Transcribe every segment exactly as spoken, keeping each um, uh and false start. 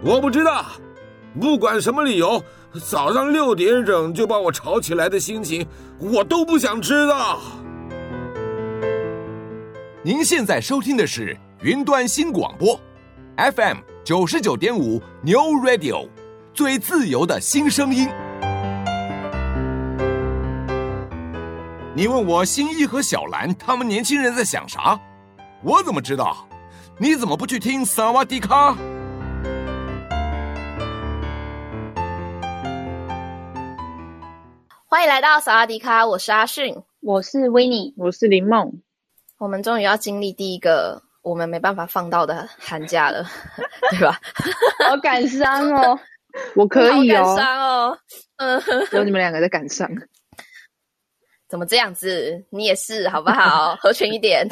我不知道，不管什么理由，早上六点整就把我吵起来的心情，我都不想知道。 您现在收听的是云端新广播 F M 九十九点五 New Radio， 最自由的新声音。你问我新一和小兰他们年轻人在想啥，我怎么知道？你怎么不去听萨瓦迪卡？ 欢迎来到萨瓦迪卡，我是阿迅， 我是维尼， 我是林梦。 我们终于要经历第一个我们没办法放到的寒假了，对吧？ 好感伤哦， 我可以哦， 好感伤哦，嗯， 只有你们两个在感伤。 怎么这样子？你也是好不好？合群一点。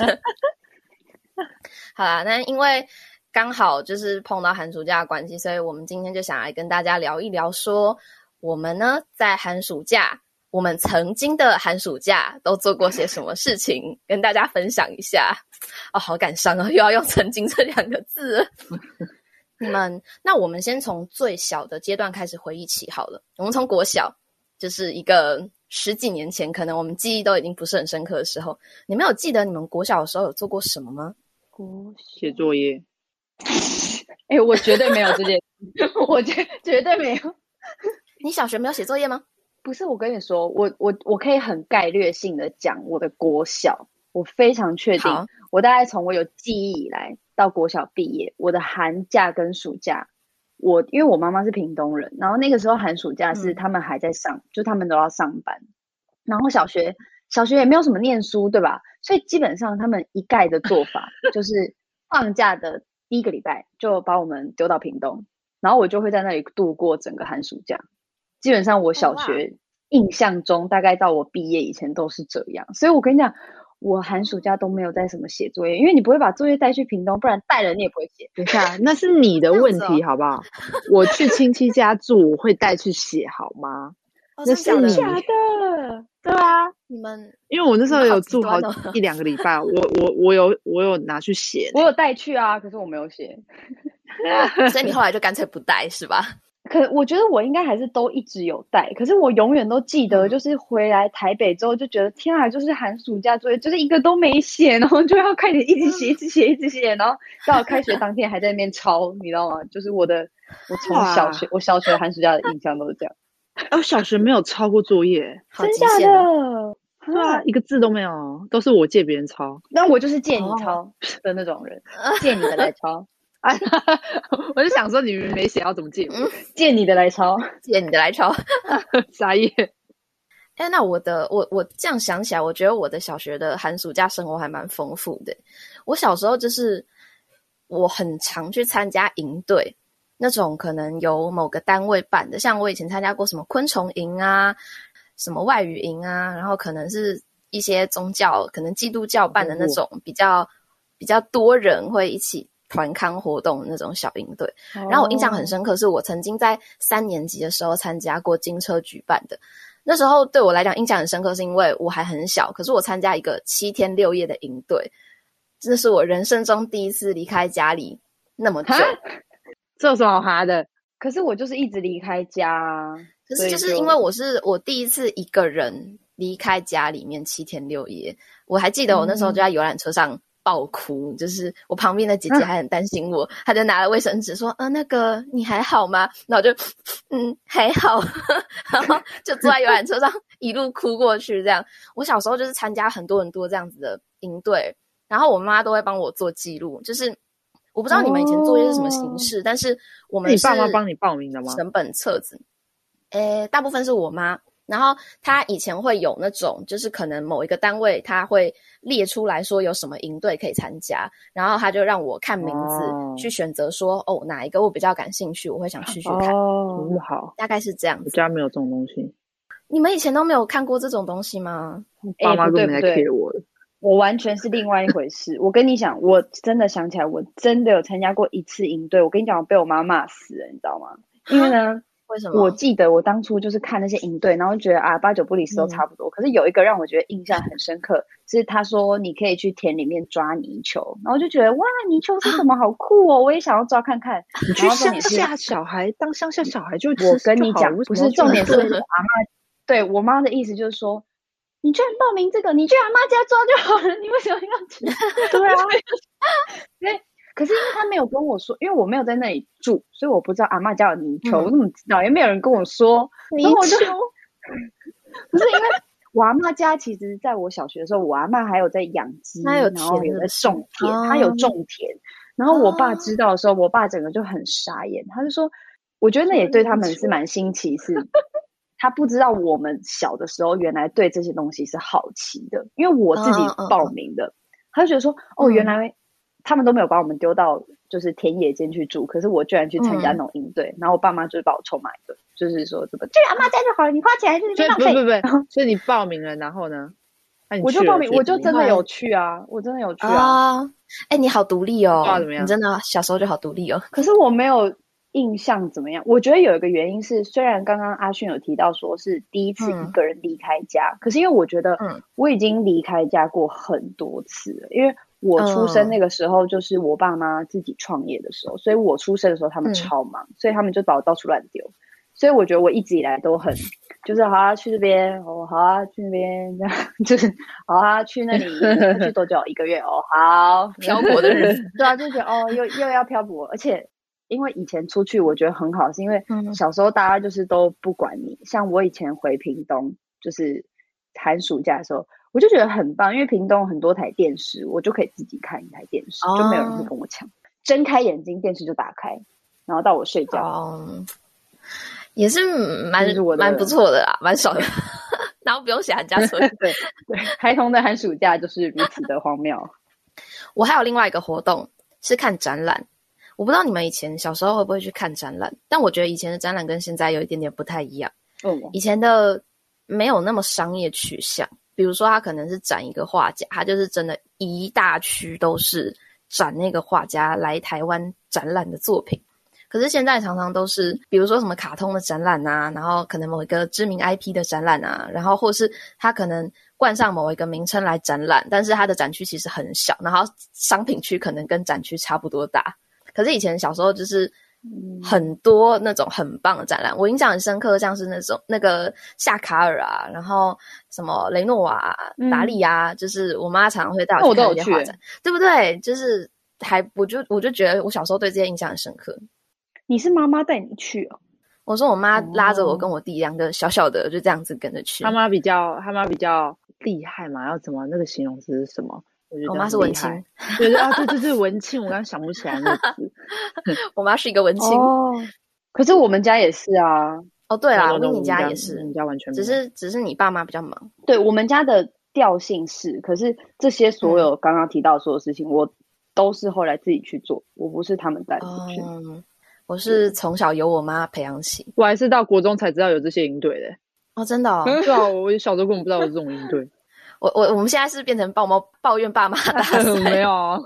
好啦，那因为刚好就是碰到寒暑假的关系，所以我们今天就想来跟大家聊一聊说，我们呢在寒暑假，我们曾经的寒暑假都做过些什么事情，跟大家分享一下。哦，好感伤哦，又要用曾经这两个字。你们，那我们先从最小的阶段开始回忆起好了。我们从国小，就是一个十几年前，可能我们记忆都已经不是很深刻的时候，你们有记得你们国小的时候有做过什么吗？ 国写作业。 哎、欸，我绝对没有这件事，我绝绝对没有。 你小学没有写作业吗？ 不是，我跟你说，我我我可以很概略性的讲我的国小，我非常确定，我大概从我有记忆以来到国小毕业，我的寒假跟暑假，我因为我妈妈是屏东人，然后那个时候寒暑假是他们还在上，嗯、就他们都要上班，然后小学小学也没有什么念书，对吧？所以基本上他们一概的做法就是放假的第一个礼拜就把我们丢到屏东，然后我就会在那里度过整个寒暑假。基本上我小学印象中大概到我毕业以前都是这样，所以我跟你讲，我寒暑假都没有在什么写作业，因为你不会把作业带去屏东，不然带了你也不会写。 等一下，那是你的问题好不好？我去亲戚家住，我会带去写好吗？ 哦、 那是你假的， 对啊， 你们因为我那时候有住好一两个礼拜，我我我有我有拿去写， 我有带去啊，可是我没有写， 所以你后来就干脆不带是吧？ 可我觉得我应该还是都一直有带，可是我永远都记得，就是回来台北之后就觉得天啊，就是寒暑假作业就是一个都没写，然后就要开始一直写一直写一直写，然后到开学当天还在那边抄，你知道吗？就是我的我从小学我小学寒暑假的印象都是这样。 哦，小学没有抄过作业， 真假的？ 对啊，一个字都没有，都是我借别人抄。 那我就是借你抄的那种人，哦、借你的来抄。 哎，我就想说你们没写要怎么借我？ 嗯、借你的来抄， 借你的来抄， 傻眼。 哎，那我的我我这样想起来，我觉得我的小学的寒暑假生活还蛮丰富的。我小时候就是我很常去参加营队，那种可能由某个单位办的，像我以前参加过什么昆虫营啊，什么外语营啊，然后可能是一些宗教，可能基督教办的那种比较比较多人会一起团康活动的那种小营队。然后我印象很深刻，是我曾经在三年级的时候参加过金车举办的。那时候对我来讲印象很深刻，是因为我还很小，可是我参加一个七天六夜的营队，这是我人生中第一次离开家里那么久。 这有什么好哈的？ 可是我就是一直离开家啊。 可是就是因为我是我第一次一个人离开家里面七天六夜，我还记得我那时候就在游览车上爆哭，嗯、就是我旁边的姐姐还很担心我，她、啊、就拿了卫生纸说：“呃，那个你还好吗？”然后我就嗯还好，然后就坐在游览车上一路哭过去。这样，我小时候就是参加很多很多这样子的营队，然后我妈都会帮我做记录，就是。我不知道你们以前作业是什么形式，哦、但是我们是你爸妈帮你报名的吗？ 整本册子，诶，大部分是我妈。然后她以前会有那种，就是可能某一个单位她会列出来说有什么营队可以参加，然后她就让我看名字、哦、去选择说，哦，哪一个我比较感兴趣，我会想去去看。 哦，好， 大概是这样子。 我家没有这种东西。 你们以前都没有看过这种东西吗？ 爸妈都没来 care 我的。 我完全是另外一回事。我跟你讲，我真的想起来，我真的有参加过一次营队。我跟你讲，我被我妈骂死了，你知道吗？因为呢， 为什么？ 我记得我当初就是看那些营队，然后觉得啊八九不离十都差不多、嗯、可是有一个让我觉得印象很深刻，是他说你可以去田里面抓泥球，然后就觉得哇泥球是什么好酷哦，我也想要抓看看。 你去乡下小孩当乡下小孩就我跟你讲不是重点是我阿嬷对我妈的意思就是说你居然报名这个你去阿嬷家抓就好了，你为什么要去对啊因为可是因为他没有跟我说，因为我没有在那里住，所以我不知道阿嬷家有泥球、嗯、我怎么知道，也没有人跟我说泥球。不是因为我阿嬷家其实在我小学的时候，我阿嬷还有在养鸡， 然后有在种田、哦、他有种田，然后我爸知道的时候、哦、我爸整个就很傻眼，他就说我觉得那也对他们是蛮新奇，是他不知道我们小的时候原来对这些东西是好奇的，因为我自己报名的、哦、他就觉得说哦原来、嗯他们都没有把我们丢到就是田野间去住，可是我居然去参加那种营队、嗯、然后我爸妈就是把我臭骂一顿，就是说怎么去阿嬷家就好了，你花钱还是那边浪费。 不不不，所以你报名了然后呢我就报名我就真的有去啊，我真的有去啊。 哎、欸，你好独立哦， 怎么样？ 你真的小时候就好独立哦。 可是我没有印象怎么样，我觉得有一个原因是，虽然刚刚阿迅有提到说是第一次一个人离开家、嗯、可是因为我觉得我已经离开家过很多次了，因为我出生那个时候就是我爸妈自己创业的时候、嗯、所以我出生的时候他们超忙、嗯、所以他们就把我到处乱丢，所以我觉得我一直以来都很就是好啊去这边哦，好啊去那边这样，就是好啊去那里去多久一个月哦，好漂泊的日子对啊就觉得哦又又要漂泊，而且因为以前出去我觉得很好，是因为小时候大家就是都不管你、嗯、像我以前回屏东就是寒暑假的时候我就觉得很棒，因为屏东很多台电视我就可以自己看一台电视、哦、就没有人会跟我抢，睁开眼睛电视就打开，然后到我睡觉、哦、 也是蛮蛮不错的啦，蛮爽的然后不用写寒假作业对对，孩童的寒暑假就是如此的荒谬我还有另外一个活动是看展览，我不知道你们以前小时候会不会去看展览，但我觉得以前的展览跟现在有一点点不太一样、嗯、以前的没有那么商业取向，比如说他可能是展一个画家，他就是真的一大区都是展那个画家来台湾展览的作品，可是现在常常都是比如说什么卡通的展览啊，然后可能某一个知名 I P 的展览啊，然后或是他可能冠上某一个名称来展览，但是他的展区其实很小，然后商品区可能跟展区差不多大，可是以前小时候就是很多那种很棒的展览，我印象很深刻，像是那种那个夏卡尔啊，然后什么雷诺瓦、啊嗯、达利啊，就是我妈常常会带我去看一些画展，对不对？就是还我就我就觉得我小时候对这些印象很深刻。 你是妈妈带你去哦？ 我说我妈拉着我跟我弟两个小小的就这样子跟着去。 他妈比较他妈比较厉害嘛？要怎么那个形容词是什么？我, 我妈是文青， 对对啊，对对对，文青，我刚刚想不起来那个词。 我妈是一个文青哦，可是我们家也是啊。 哦，对啦，维尼家也是， 我们家完全没有， 只是只是你爸妈比较忙。 对，我们家的调性是，可是这些所有刚刚提到的所有事情，嗯、我都是后来自己去做，我不是他们带我去。 嗯，我是从小由我妈培养起， 我还是到国中才知道有这些营队的。 哦，真的哦？ 对啊，我小时候根本不知道有这种营队。 我我我们现在是变成抱猫抱怨爸妈大赛没有啊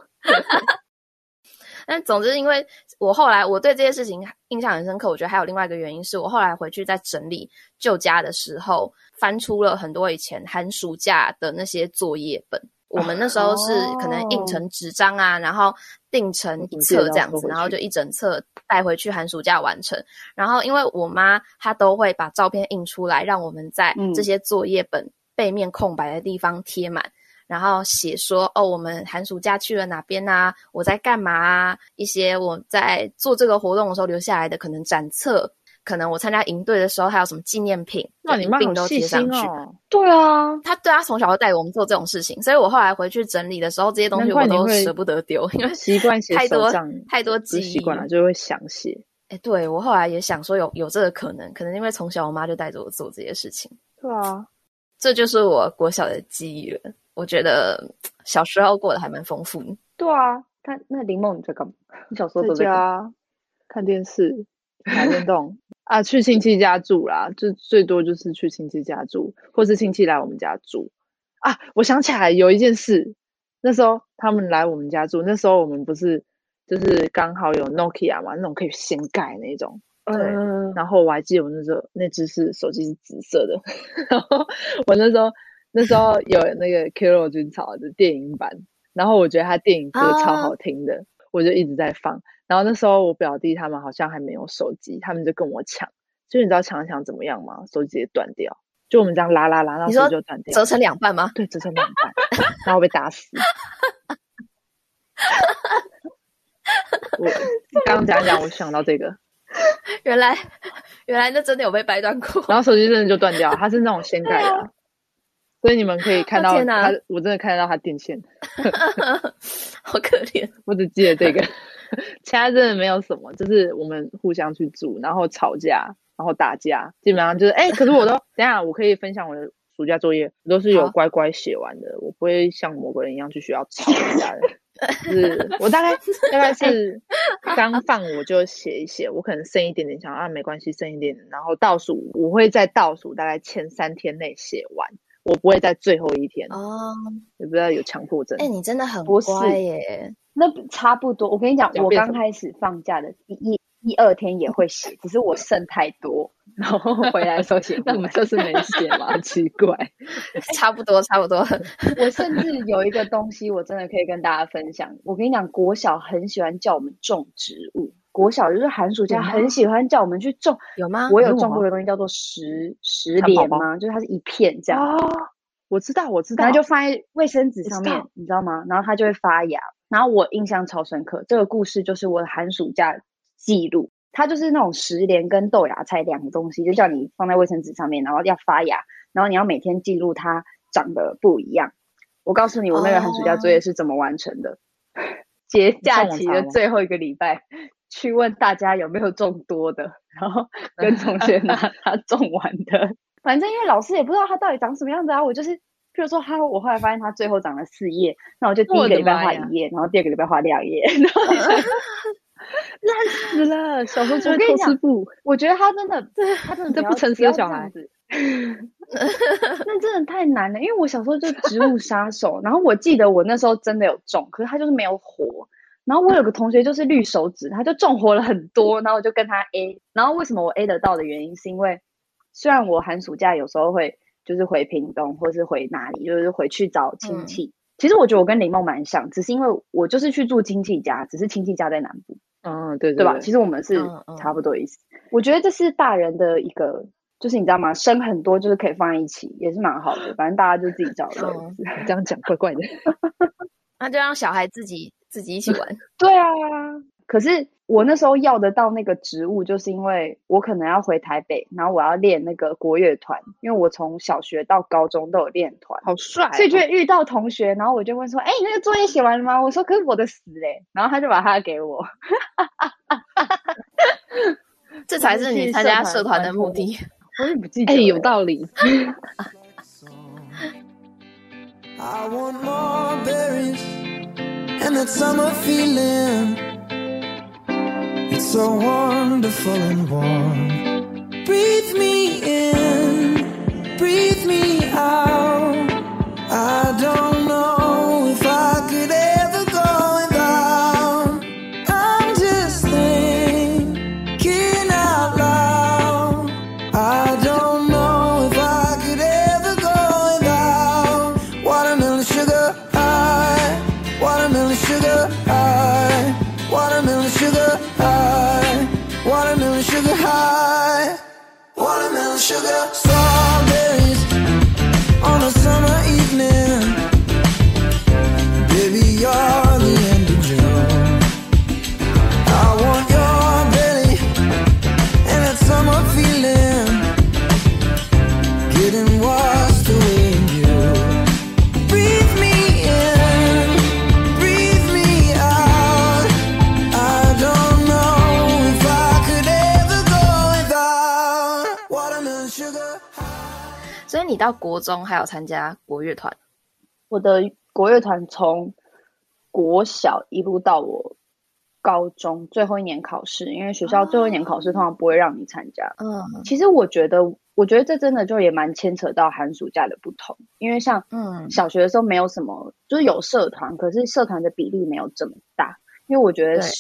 但总之因为我后来我对这些事情印象很深刻，我觉得还有另外一个原因是我后来回去在整理旧家的时候翻出了很多以前寒暑假的那些作业本，我们那时候是可能印成纸张啊、哦、然后订成一册这样子，然后就一整册带回去寒暑假完成，然后因为我妈她都会把照片印出来让我们在这些作业本背面空白的地方贴满、嗯、然后写说哦我们寒暑假去了哪边啊，我在干嘛啊，一些我在做这个活动的时候留下来的可能展册，可能我参加营队的时候还有什么纪念品， 那你妈好细心哦。 对啊， 他对他从小就带我们做这种事情，所以我后来回去整理的时候这些东西我都舍不得丢，因为习惯写手账太多记忆习惯了就会想写。 哎，对，我后来也想说有有这个可能，可能因为从小我妈就带着我做这些事情。 对啊， 这就是我国小的记忆了。我觉得小时候过得还蛮丰富的。 对啊，那那林梦你在干嘛？你小时候都在干嘛？看电视、打电动啊，去亲戚家住啦，就最多就是去亲戚家住，或是亲戚来我们家住啊。我想起来有一件事，那时候他们来我们家住，那时候我们不是就是刚好有 Nokia 嘛，那种可以掀盖那种。 对， 呃然后我还记得我那时候那只是手机是紫色的，然后我那时候那时候有那个 Kiro 军草的电影版，然后我觉得他电影歌超好听的，啊、我就一直在放。然后那时候我表弟他们好像还没有手机，他们就跟我抢，就你知道抢一抢怎么样吗？手机直接断掉，就我们这样拉拉拉，然后手机就断掉， 折成两半吗？ 对，折成两半，然后被打死。我刚刚讲讲，我想到这个， 原来原来那真的有被掰断过， 然后手机真的就断掉，它是那种掀盖的、啊，所以你们可以看到它，我真的看得到它电线， 好可怜。 我只记得这个，其他真的没有什么，就是我们互相去住，然后吵架，然后打架，基本上就是哎、欸，可是我都等一下我可以分享我的暑假作业，我都是有乖乖写完的，我不会像某个人一样去学校吵人家的。就是我大概大概是刚放我就写一写，我可能剩一点点，想啊没关系，剩一点点，然后倒数我会在倒数大概前三天内写完，我不会在最后一天哦，也不知道有强迫症。 哎、欸，你真的很乖耶， 那差不多。我跟你讲，我刚开始放假的第一一二天也会写，只是我剩太多，然后回来的时候写。 那我们就是没写嘛，奇怪。 差不多，差不多。 我甚至有一个东西，我真的可以跟大家分享。我跟你讲，国小很喜欢叫我们种植物。国小就是寒暑假很喜欢叫我们去种， 有吗？ 我有种过的东西叫做石石莲吗？就是它是一片这样。 哦，我知道，我知道。 然后就放在卫生纸上面，你知道吗？然后它就会发芽。然后我印象超深刻，这个故事就是我的寒暑假记录。它就是那种石莲跟豆芽菜两个东西，就叫你放在卫生纸上面，然后要发芽，然后你要每天记录它长得不一样。我告诉你，我那个寒暑假作业是怎么完成的。Oh. 节假期的最后一个礼拜，去问大家有没有种多的，然后跟同学拿他种完的。反正因为老师也不知道它到底长什么样子啊，我就是譬如说他，我后来发现他最后长了四页，那我就第一个礼拜画一页，然后第二个礼拜画两页，然后烂死了。小时候就会偷吃布， 我觉得他真的，他真的这不诚实的小孩， 那真的太难了。因为我小时候就植物杀手，然后我记得我那时候真的有种，可是他就是没有活。然后我有个同学就是绿手指，他就种活了很多，然后我就跟他 A。然后为什么我 A 得到的原因，是因为虽然我寒暑假有时候会就是回屏东或是回哪里，就是回去找亲戚。嗯、其实我觉得我跟林梦蛮像，只是因为我就是去住亲戚家，只是亲戚家在南部。 嗯，对 对, 对, 对吧？其实我们是差不多意思。嗯嗯、我觉得这是大人的一个，就是你知道吗？生很多就是可以放在一起，也是蛮好的。反正大家就自己找乐子。 你这样讲怪怪的。 那就让小孩自己自己一起玩。 对啊，可是我那时候要得到那个职务，就是因为我可能要回台北，然后我要练那个国乐团，因为我从小学到高中都有练团。 好帅、哦！ 所以就会遇到同学，然后我就问说：“哎、欸，你那个作业写完了吗？”我说：“可是我的死嘞。”然后他就把他给我。 这才是你参加社团的目的。 我也不记得。 哎、欸，有道理。 I want more berries and that summer feeling. It's so wonderful and warm. Breathe me in, breathe me out. I don't know if I could ever go without. I'm just thinking out loud. I don't know if I could ever go without watermelon sugar high, watermelon sugar high, watermelon sugar high, watermelon sugar high, watermelon sugar. Strawberries on a summer evening. Baby, you're the end of June. I want your belly and that summer feeling. Getting washed away in you. Breathe me in, breathe me out. I don't know if I could ever go without watermelon sugar. 所以你到国中还有参加国乐团？ 我的国乐团从国小一路到我高中最后一年考试，因为学校最后一年考试通常不会让你参加。嗯，其实我觉得，我觉得这真的就也蛮牵扯到寒暑假的不同，因为像嗯小学的时候没有什么，就是有社团，可是社团的比例没有这么大，因为我觉得时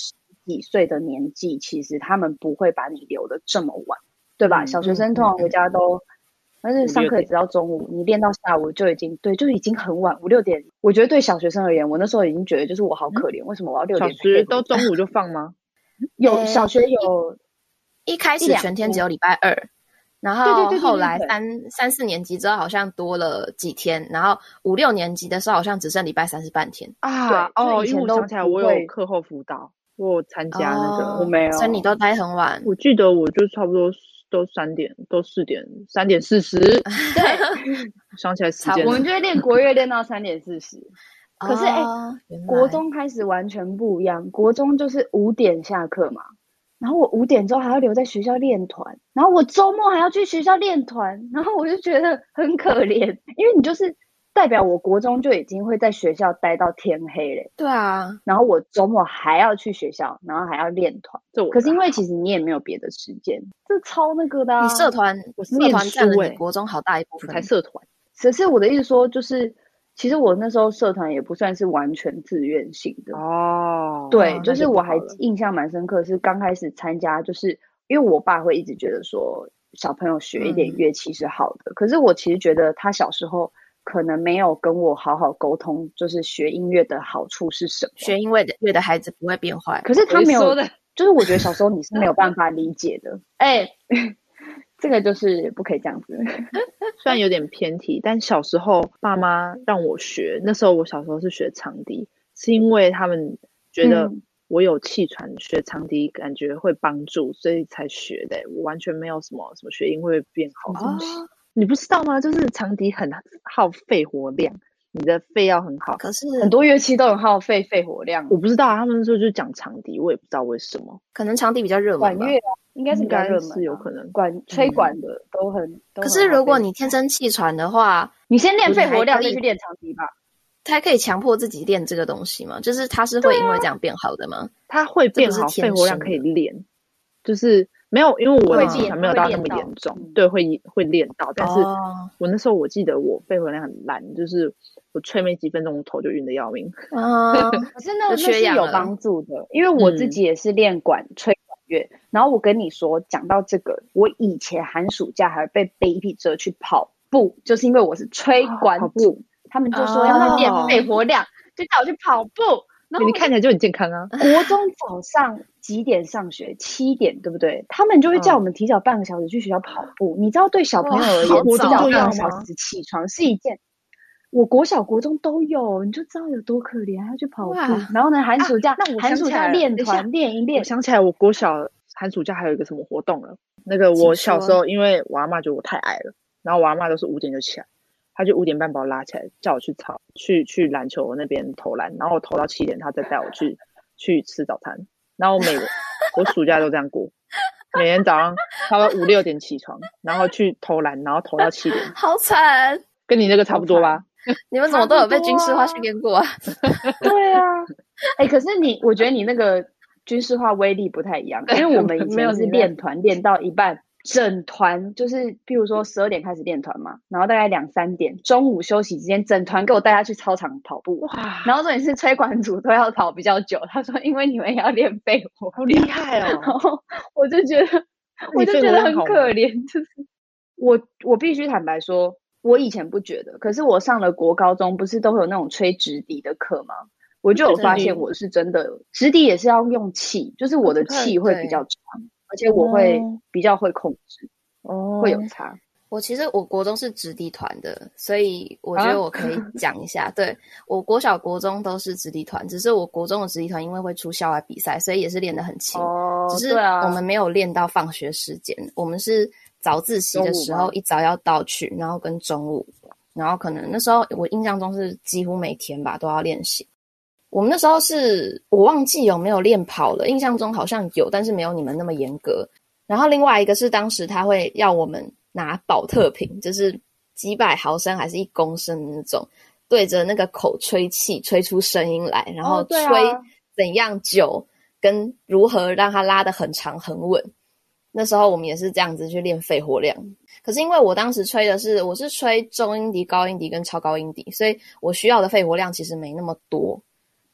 几岁的年纪，其实他们不会把你留得这么晚，对吧？ 嗯小学生通常回家都，但是上课也直到中午，你练到下午就已经对，就已经很晚，五六点。我觉得对小学生而言，我那时候已经觉得就是我好可怜，为什么我要六小点才学都可以回家？ 中午就放吗？ 有小学有一开始一两全天只有礼拜二，然对对后对对对后来对三三四年级之后好像多了几天，然后五六年级的时候好像只剩礼拜三是半天。 啊， 对就哦，因为以前都我想起来，我不会有课后辅导，我有参加那个， 哦我没有所以你都待很晚。 我记得我就差不多都三点，都四点，三点四十， 对， 想起来时差不多间了我们就会练国乐练到三点四十。可是哎、 哦原来国中开始完全不一样，国中就是五点下课嘛，然后我五点之后还要留在学校练团，然后我周末还要去学校练团，然后我就觉得很可怜，因为你就是代表我国中就已经会在学校待到天黑嘞， 对啊， 然后我周末还要去学校，然后还要练团， 这我可是因为其实你也没有别的时间，这超那个的、啊。 你社团社我是念团占了书欸你国中好大一部我分。 才社团， 可是我的意思说，就是其实我那时候社团也不算是完全自愿性的。 哦， 对， 那就是我还不好了印象蛮深刻，是刚开始参加，就是因为我爸会一直觉得说小朋友学一点嗯乐器是好的，可是我其实觉得他小时候可能没有跟我好好沟通，就是学音乐的好处是什么。 学音乐的乐的孩子不会变坏。 可是他没有说的， 就是我觉得小时候你是没有办法理解的。哎、这个就是不可以这样子。 虽然有点偏题，但小时候爸妈让我学，那时候我小时候是学长笛，是因为他们觉得嗯我有气喘，学长笛感觉会帮助，所以才学的。我完全没有什么什么学音会变好的东西。 哦你不知道吗？就是长笛很耗肺活量，你的肺要很好。 可是很多乐器都很耗费肺活量， 我不知道啊，他们那时候就讲长笛，我也不知道为什么， 可能场地比较热门吧。 管乐啊应该是比较热门、啊， 应该是有可能管吹管的都很。都很可是如果耗费你天生气喘的话， 你先练肺活量， 你还可以再去练长笛吧。 他可以强迫自己练这个东西吗？就是他是会因为这样变好的吗？ 它会变好， 这不是天肺活量可以生的练，就是没有，因为我的气会练喘没有到那么会练到严重， 嗯对，会会练到，但是哦我那时候我记得我肺活量很烂，就是我吹没几分钟，我头就晕得要命。 啊， 可是那那就缺是有氧了帮助的，因为我自己也是练管、吹管乐。然后我跟你说，讲到这个，我以前寒暑假还被 baby 折去跑步，就是因为我是吹管跑组，他们就说要练哦肺活量，就叫我去跑步。然后你看起来就很健康啊。 国中早上几点上学？七点，对不对？他们就会叫我们提早半个小时去学校跑步。你知道，对小朋友而言， 哇好提早早半个小吗时起床是一件，我国小、国中都有，你就知道有多可怜，还要去跑步哇。 然后呢，寒暑假， 啊那我寒暑假想起来了等一下练团练一练我。想起来，我国小寒暑假还有一个什么活动了。那个请我小时说候，因为我阿嬷觉得我太矮了，然后我阿嬷都是五点就起来，她就五点半把我拉起来，叫我去操去去篮球那边投篮，然后我投到七点，她再带我去去吃早餐。然后我每我暑假都这样过，每天早上差不多五六点起床，然后去投篮，然后投到七点， 好惨！ 跟你那个差不多吧？ 你们怎么都有被军事化训练过啊？ 对啊，哎、可是你，我觉得你那个军事化威力不太一样，因为我们以前是没有你那练团练到一半，整团就是，譬如说十二点开始练团嘛，然后大概两三点，中午休息之间，整团给我带他去操场跑步。 哇， 然后重点是吹管组都要跑比较久，他说因为你们也要练肺活好厉量， 害哦！ 然后我就觉得，我你肺就觉得很活量好吗可怜，就是我我必须坦白说，我以前不觉得，可是我上了国高中，不是都会有那种吹直笛的课吗？我就有发现我是真的直笛也是要用气，就是我的气会比较长，而且我会哦比较会控制， 哦， 会有差。 我其实我国中是直笛团的，所以我觉得我可以讲一下。对，我国小国中都是直笛团，只是我国中的直笛团因为会出校外比赛，所以也是练得很勤。 哦只是对啊我们没有练到放学时间，我们是早自习的时中午吗候一早要到去，然后跟中午，然后可能那时候我印象中是几乎每天吧都要练习。我们那时候是我忘记有没有练跑了，印象中好像有，但是没有你们那么严格。然后另外一个是当时他会要我们拿保特瓶，就是几百毫升还是一公升的那种，对着那个口吹气，吹出声音来，然后哦对吹啊怎样久，跟如何让它拉得很长很稳。那时候我们也是这样子去练肺活量。可是因为我当时吹的是我是吹中音笛、高音笛跟超高音笛，所以我需要的肺活量其实没那么多。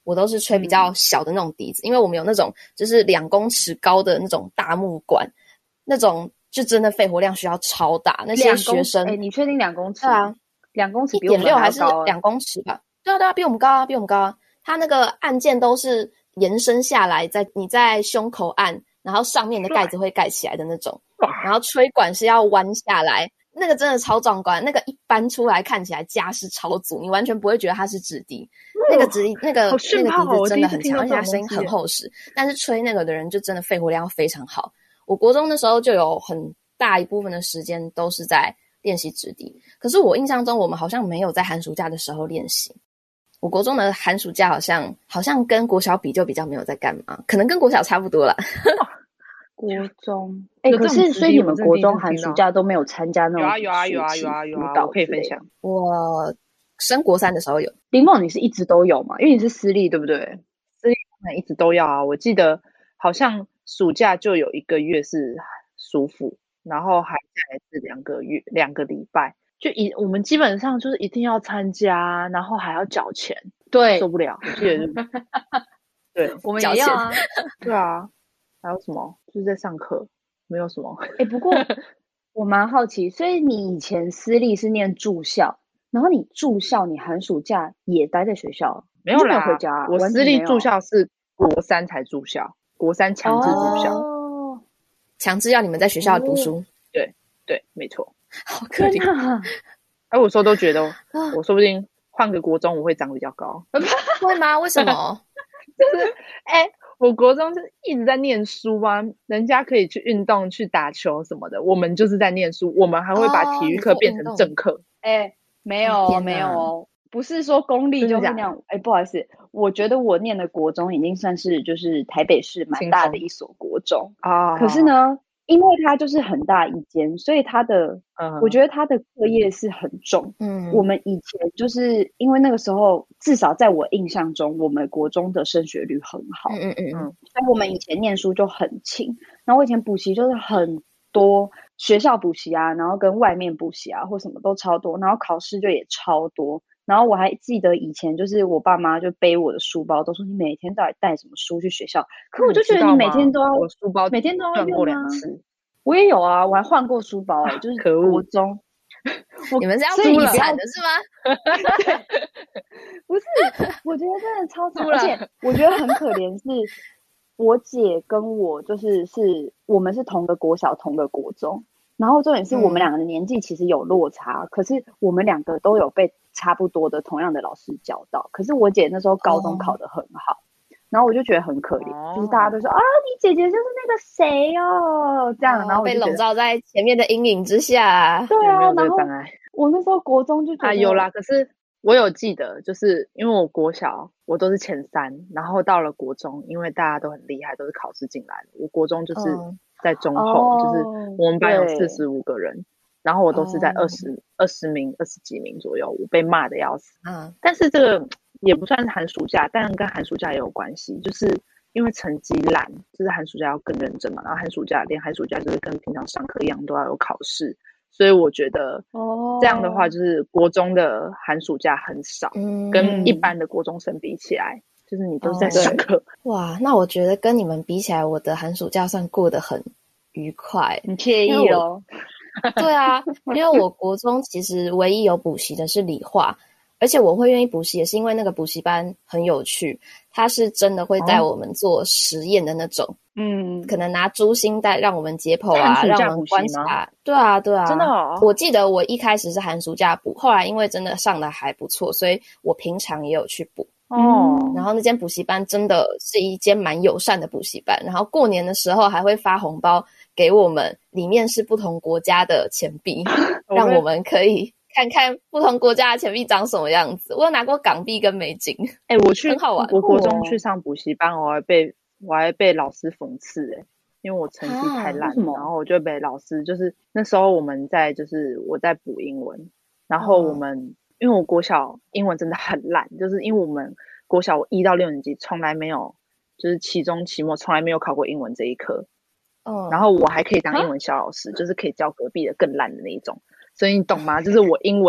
我都是吹比较小的那种笛子，因为我们有那种就是两公尺高的那种大木管，那种就真的肺活量需要超大。那些学生， 哎，你确定两公尺？ 对啊， 两公尺一比我们点六还是还要高啊两公尺吧？对啊，对啊，比我们高啊，比我们高啊。它那个按键都是延伸下来，在你在胸口按，然后上面的盖子会盖起来的那种，然后吹管是要弯下来，那个真的超壮观。那个一搬出来看起来架势超足，你完全不会觉得它是纸笛。那个纸笛，那个好炫那个炮哦笛子真的很强，而且它我第一次听到这种声音东西很厚实。但是吹那个的人就真的肺活量非常好。我国中的时候就有很大一部分的时间都是在练习纸笛，可是我印象中我们好像没有在寒暑假的时候练习。我国中的寒暑假好像好像跟国小比就比较没有在干嘛，可能跟国小差不多啦。 国中，哎、 有可是这种职业所以你们我真的第一次国中寒听到暑假都没有参加那种有啊有啊有啊暑期有啊有啊， 辅导我可以之类的分享。 我升国三的时候有， 林梦，你是一直都有嘛？因为你是私立，对不对？ 私立当然一直都要啊，我记得好像暑假就有一个月是暑辅，然后寒假也是两个月两个礼拜，就一我们基本上就是一定要参加，然后还要缴钱， 对受不了，我记得就对我们缴也要啊。 对啊，还有什么就是在上课，没有什么。 哎、不过我蛮好奇，所以你以前私立是念住校，然后你住校，你寒暑假也待在学校，你就没有没有啦， 回家啊？ 我完全没有私立住校是国三才住校，国三强制住校。 哦， 强制要你们在学校读书， 对，没错。 好可怜。 天哪！ 哎，我说都觉得， 啊我说不定换个国中我会长比较高。 会吗？为什么？ 就是哎、我国中就是一直在念书啊，人家可以去运动、去打球什么的，我们就是在念书，我们还会把体育课变成正课。 哎、没有哦， 天哪没有哦，不是说公立就会那样。哎、不好意思，我觉得我念的国中已经算是就是台北市蛮大的一所国中， 啊可是，呢，因为它就是很大一间，所以它的， 嗯我觉得它的课业是很重。 嗯， 我们以前就是因为那个时候，至少在我印象中，我们国中的升学率很好， 嗯嗯嗯嗯， 所以我们以前念书就很勤。然后我以前补习就是很多，学校补习啊，然后跟外面补习啊，或什么都超多，然后考试就也超多。然后我还记得以前就是我爸妈就背我的书包，都说你每天到底带什么书去学校？可我就觉得你每天都要， 我书包每天都要转过用啊。 两次。 我也有啊，我还换过书包哎、就是可恶国中。我你们是要所以你不要自残的是吗？ 不是，我觉得真的超惨， 输了而且我觉得很可怜是，我姐跟我就是是我们是同个国小同个国中，然后重点是我们嗯两个的年纪其实有落差，可是我们两个都有被差不多的同样的老师教到，可是我姐那时候高中考得很好。然后我就觉得很可怜， 哦就是大家都说啊，你姐姐就是那个谁哦，这样，然后我被就觉得笼罩在前面的阴影之下。 对啊， 有没有这然后个障碍我那时候国中就觉得啊？有啦，可是我有记得，就是因为我国小我都是前三，然后到了国中，因为大家都很厉害，都是考试进来的。我国中就是嗯在中后， 哦就是我们班有对四十五个人，然后我都是在哦二十二十名、二十几名左右，我被骂的要死。 嗯但是这个也不算是寒暑假，但跟寒暑假也有关系，就是因为成绩烂，就是寒暑假要更认真嘛，然后寒暑假连寒暑假就是跟平常上课一样都要有考试，所以我觉得哦这样的话，就是国中的寒暑假很少， 嗯， 跟一般的国中生比起来，就是你都是在哦上课。 哇，那我觉得跟你们比起来，我的寒暑假算过得很愉快。 很惬因为我意哦。 对啊，因为我国中其实唯一有补习的是理化，而且我会愿意补习也是因为那个补习班很有趣，它是真的会带我们做实验的那种， 嗯， 可能拿珠心带让我们解剖啊， 寒暑假让我们补习吗观察。对啊，对啊， 真的哦我记得我一开始是寒暑假补，后来因为真的上的还不错，所以我平常也有去补。 哦， 然后那间补习班真的是一间蛮友善的补习班，然后过年的时候还会发红包给我们，里面是不同国家的钱币，让我们可以看看不同国家的钱币长什么样子。我有拿过港币跟美金， 哎、我去很好玩我国中哦去上补习班，我还被我还被老师讽刺哎、因为我成绩太烂了， 为什么然后我就被老师就是那时候我们在就是我在补英文，然后我们、因为我国小英文真的很烂，就是因为我们国小我一到六年级从来没有就是期中期末从来没有考过英文这一科， 嗯， 然后我还可以当英文小老师，就是可以教隔壁的更烂的那一种，所以你懂吗？就是我英文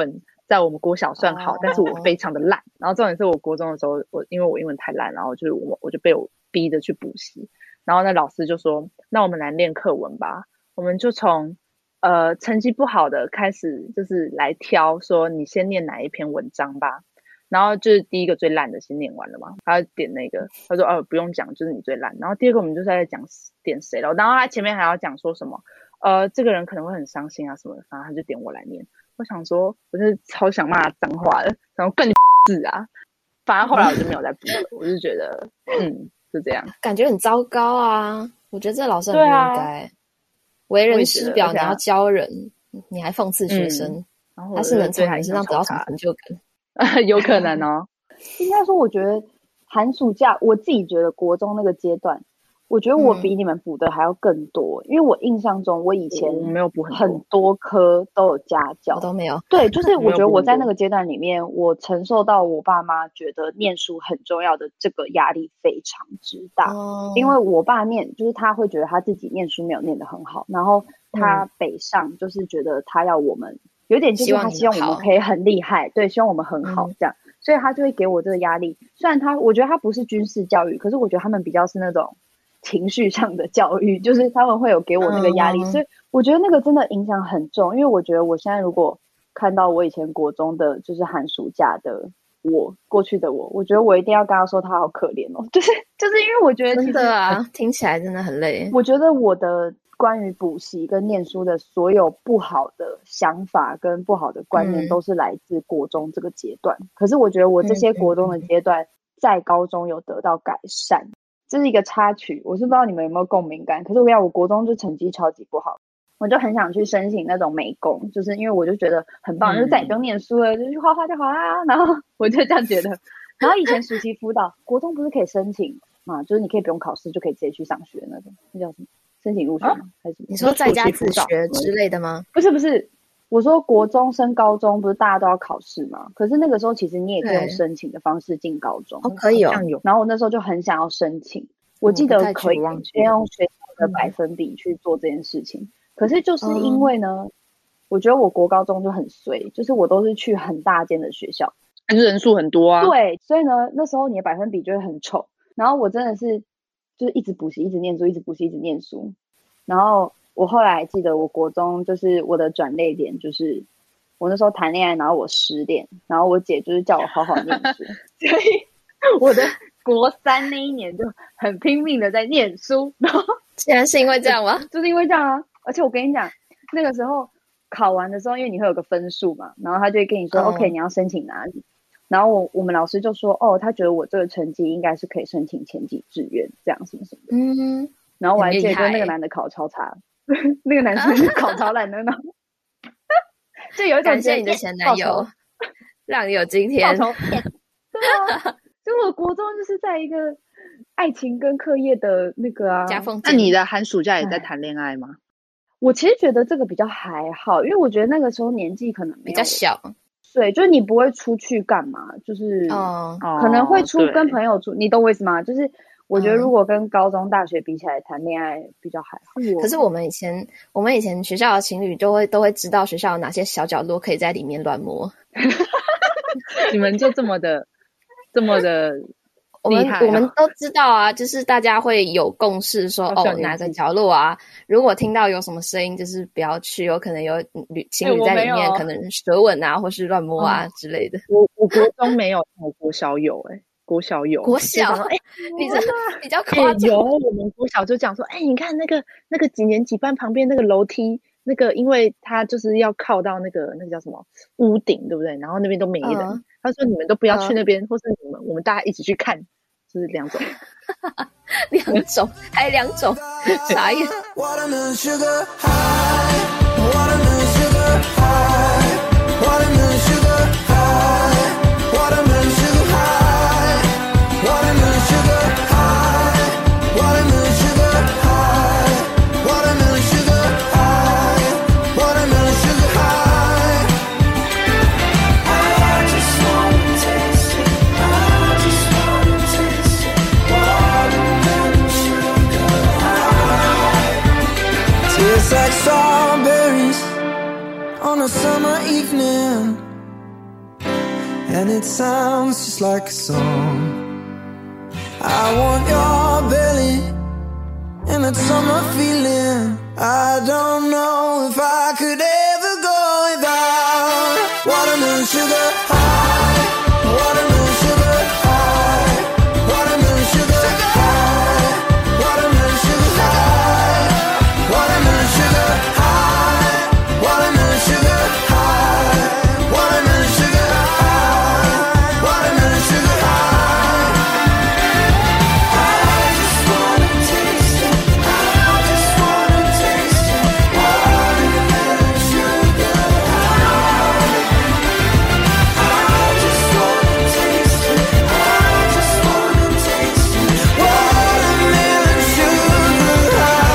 在我们国小算好， 哦但是我非常的烂。然后重点是我国中的时候，我因为我英文太烂，然后就是我我就被我逼着去补习。然后那老师就说：“那我们来练课文吧，我们就从呃成绩不好的开始，就是来挑，说你先念哪一篇文章吧。”然后就是第一个最烂的先念完了嘛，他就点那个，他说哦不用讲，就是你最烂。然后第二个我们就是在讲点谁了，然后他前面还要讲说什么，呃这个人可能会很伤心啊什么的，反正他就点我来念。我想说，我是超想骂脏话的，然后更字啊，反正后来我就没有再补了，我就觉得嗯就这样， 感觉很糟糕啊！我觉得这老师很不应该，为人师表，你要教人，你还讽刺学生， 嗯、然后他是能从你身上得到什么成就感？ 有可能哦。 应该说，我觉得寒暑假，我自己觉得国中那个阶段，我觉得我比你们补的还要更多，嗯、因为我印象中我以前没有补很多科都有家教， 我都没有。 对，就是我觉得我在那个阶段里面，我承受到我爸妈觉得念书很重要的这个压力非常之大， 哦、 因为我爸念就是他会觉得他自己念书没有念得很好，然后他北上就是觉得他要我们。有点就是他希望我们可以很厉害，对，希望我们很好这样，嗯、所以他就会给我这个压力。虽然他，我觉得他不是军事教育，可是我觉得他们比较是那种情绪上的教育，就是他们会有给我那个压力，嗯、所以我觉得那个真的影响很重。因为我觉得我现在如果看到我以前国中的，就是寒暑假的我，过去的我，我觉得我一定要跟他说他好可怜哦，就是就是因为我觉得真的啊，听起来真的很累。 我觉得我的。关于补习跟念书的所有不好的想法跟不好的观念都是来自国中这个阶段，嗯、可是我觉得我这些国中的阶段在高中有得到改善，这是一个插曲，我是不知道你们有没有共鸣感，可是我要我国中就成绩超级不好，我就很想去申请那种美工，就是因为我就觉得很棒，嗯、就再也不用念书了，就去画画就好啦，然后我就这样觉得。然后以前暑期辅导国中不是可以申请嘛，就是你可以不用考试就可以直接去上学那种，那叫什么申请入学吗？啊、还是你说在家自学之类的吗？ 不是不是，我说国中升高中不是大家都要考试吗？可是那个时候其实你也可以用申请的方式进高中， 哦可以哦。 然后我那时候就很想要申请，我记得可以先用学校的百分比去做这件事情。嗯、可是就是因为呢，嗯、我觉得我国高中就很衰，就是我都是去很大间的学校， 但是人数很多啊。 对，所以呢那时候你的百分比就会很丑。然后我真的是。就是一直补习，一直念书，一直补习，一直念书。然后我后来记得，我国中就是我的转捩点，就是我那时候谈恋爱，然后我失恋，然后我姐就是叫我好好念书，所以我的国三那一年就很拼命的在念书。然后竟然是因为这样吗？ 就是因为这样啊！而且我跟你讲，那个时候考完的时候，因为你会有个分数嘛，然后他就会跟你说、嗯、，OK， 你要申请哪里？然后我我们老师就说，哦，他觉得我这个成绩应该是可以申请前几志愿，这样什么什么的。嗯，然后我还记得那个男的考超差，那个男生考超烂的，然后就有一种感谢你的前男友，让你有今天。 对啊，就我国中就是在一个爱情跟课业的那个啊夹缝。 那你的寒暑假也在谈恋爱吗？ 我其实觉得这个比较还好，因为我觉得那个时候年纪可能比较小。 对，就是你不会出去干嘛，就是哦， 可能会出跟朋友出，你懂我意思吗？就是我觉得如果跟高中、大学比起来，谈恋爱比较还好。 可是我们以前，我们以前学校的情侣就会都会知道学校有哪些小角落可以在里面乱摸。 你们就这么的，这么的。 我们我们都知道啊，就是大家会有共识说，哦，哪个角落啊，如果听到有什么声音，就是不要去，有可能有情侣在里面，可能舌吻啊，或是乱摸啊、嗯、之类的。 我我国中没有，我国小有、欸，哎，国小有， 国小，哎、欸，比较比较夸张、 欸。有，我们国小就讲说，哎、欸，你看那个那个几年几班旁边那个楼梯，那个因为它就是要靠到那个那个叫什么屋顶，对不对？然后那边都没人，嗯、他说你们都不要去那边，嗯、或是你们我们大家一起去看。就是两种， 两种，还两种，傻眼。 It's like strawberries on a summer evening. and it sounds just like a song. I want your belly and that summer feeling. I don't know if I could ever go without watermelon sugar high, watermelon sugar high, watermelon sugar high, watermelon sugar high, watermelon sugar high, watermelon sugar high, watermelon sugar high, watermelon sugar high. I just wanna taste it, I just wanna taste it, watermelon sugar high. I just wanna taste it, I just wanna taste it, watermelon sugar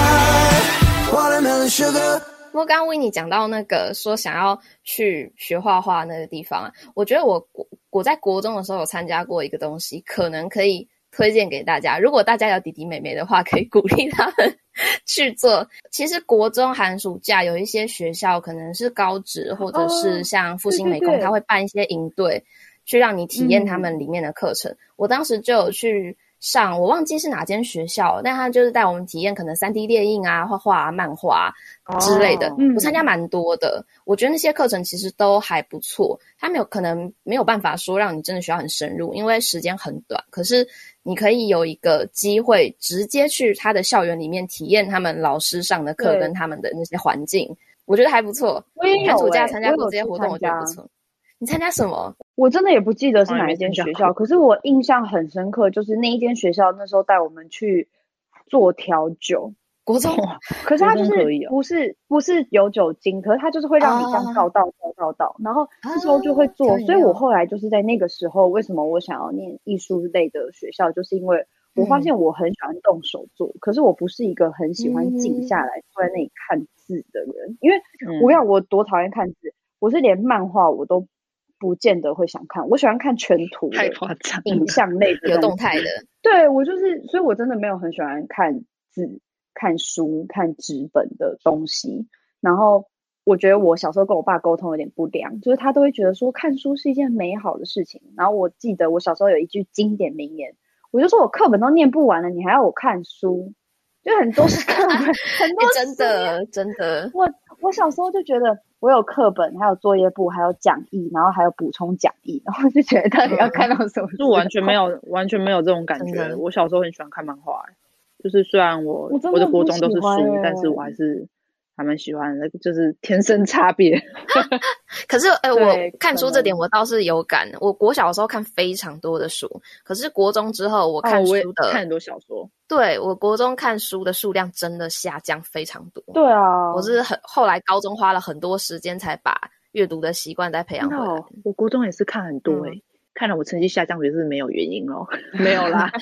high, watermelon sugar. 不过刚刚 Winnie 讲到那个说想要去学画画那个地方啊，我觉得我我在国中的时候有参加过一个东西，可能可以推荐给大家。如果大家有弟弟妹妹的话，可以鼓励他们去做。其实国中寒暑假有一些学校可能是高职或者是像复兴美工， 对对对他会办一些营队，去让你体验他们里面的课程。我当时就有去上，我忘记是哪间学校，但他就是带我们体验可能 三 D 列印啊、画画啊、漫画啊之类的。 嗯我参加蛮多的，我觉得那些课程其实都还不错。他没有可能没有办法说让你真的学到很深入，因为时间很短。可是你可以有一个机会直接去他的校园里面体验他们老师上的课对跟他们的那些环境，我觉得还不错。 我也有寒暑假欸参加过我有去这些活动，我参加觉得不错。你参加什么？ 我真的也不记得是从来没哪一间参加学校，可是我印象很深刻，就是那一间学校那时候带我们去做调酒， 国中？ 哇， 可是它就是国中可以哦不是不是有酒精，可是它就是会让你这样啊倒倒倒倒倒，然后那时候就会啊做， 调饮料所以我后来就是在那个时候，为什么我想要念艺术类的学校，就是因为我发嗯现我很喜欢动手做，可是我不是一个很喜欢静嗯下来坐在那里看字的人，因为嗯我跟你讲我多讨厌看字，我是连漫画我都不见得会想看，我喜欢看全图的太夸张了影像类的有东西动态的。 对，我就是，所以我真的没有很喜欢看字、看书、看纸本的东西。然后我觉得我小时候跟我爸沟通有点不良，就是他都会觉得说看书是一件美好的事情。然后我记得我小时候有一句经典名言，我就说我课本都念不完了，你还要我看书？就很多是课本，很多欸真书的真的， 我我小时候就觉得我有课本，还有作业簿，还有讲义，然后还有补充讲义，然后就觉得到底要看到什么时候？ 就完全没有完全没有这种感真觉。 的我小时候很喜欢看漫画、欸，就是虽然我我的我真的不国中都是书， 喜欢欸但是我还是还蛮喜欢的，就是天生差别。 可是，哎、 对我看书可能这点我倒是有感。我国小的时候看非常多的书，可是国中之后我看哦，我也书的， 看很多小说。 对我国中看书的数量真的下降非常多。 对啊， 我是很后来高中花了很多时间才把阅读的习惯再培养回来。 真的哦，我国中也是看很多诶、 嗯看了我成绩下降也是没有原因哦，没有啦。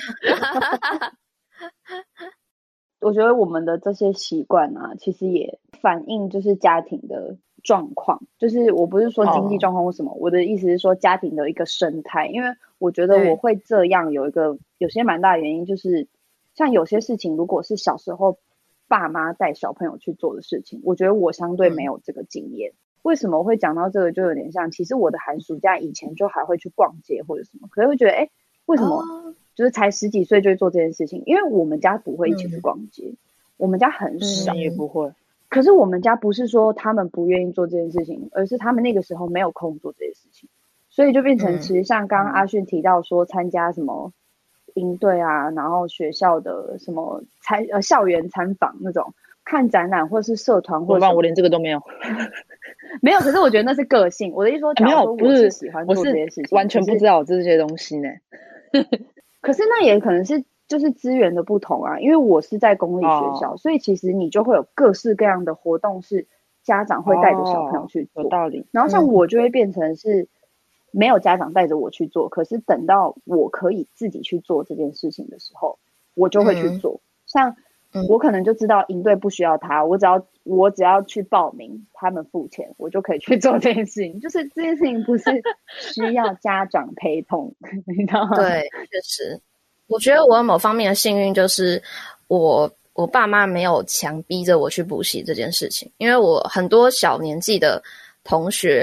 我觉得我们的这些习惯啊，其实也反映就是家庭的状况。就是我不是说经济状况或什么，我的意思是说家庭的一个生态。因为我觉得对我会这样有一个有些蛮大的原因，就是像有些事情如果是小时候爸妈带小朋友去做的事情，我觉得我相对没有这个经验。为什么会讲到这个，就有点像其实我的寒暑假以前就还会去逛街或者什么，可是会觉得哎，为什么哦就是才十几岁就会做这件事情？因为我们家不会一起去逛街，我们家很少。 嗯，也不会。 可是我们家不是说他们不愿意做这件事情，而是他们那个时候没有空做这件事情，所以就变成嗯其实像刚刚阿迅提到说参加什么营队啊，然后学校的什么参呃校园参访那种看展览或是社团或者什么我忘我连这个都没有。 没有，可是我觉得那是个性。我的意思说，假没有， 如说我不是喜欢我是做这些事情， 完全不知道。 道这些东西呢。 可是那也可能是就是资源的不同啊，因为我是在公立学校， 哦所以其实你就会有各式各样的活动是家长会带着小朋友去做。 有道理。 然后像我就会变成是没有家长带着我去做，可是等到我可以自己去做这件事情的时候，我就会去做。像我可能就知道营队不需要他，我只要我只要去报名，他们付钱，我就可以去做这件事情。就是这件事情不是需要家长陪同，你知道吗？ 对，确实，我觉得我有某方面的幸运就是我我爸妈没有强逼着我去补习这件事情，因为我很多小年纪的同学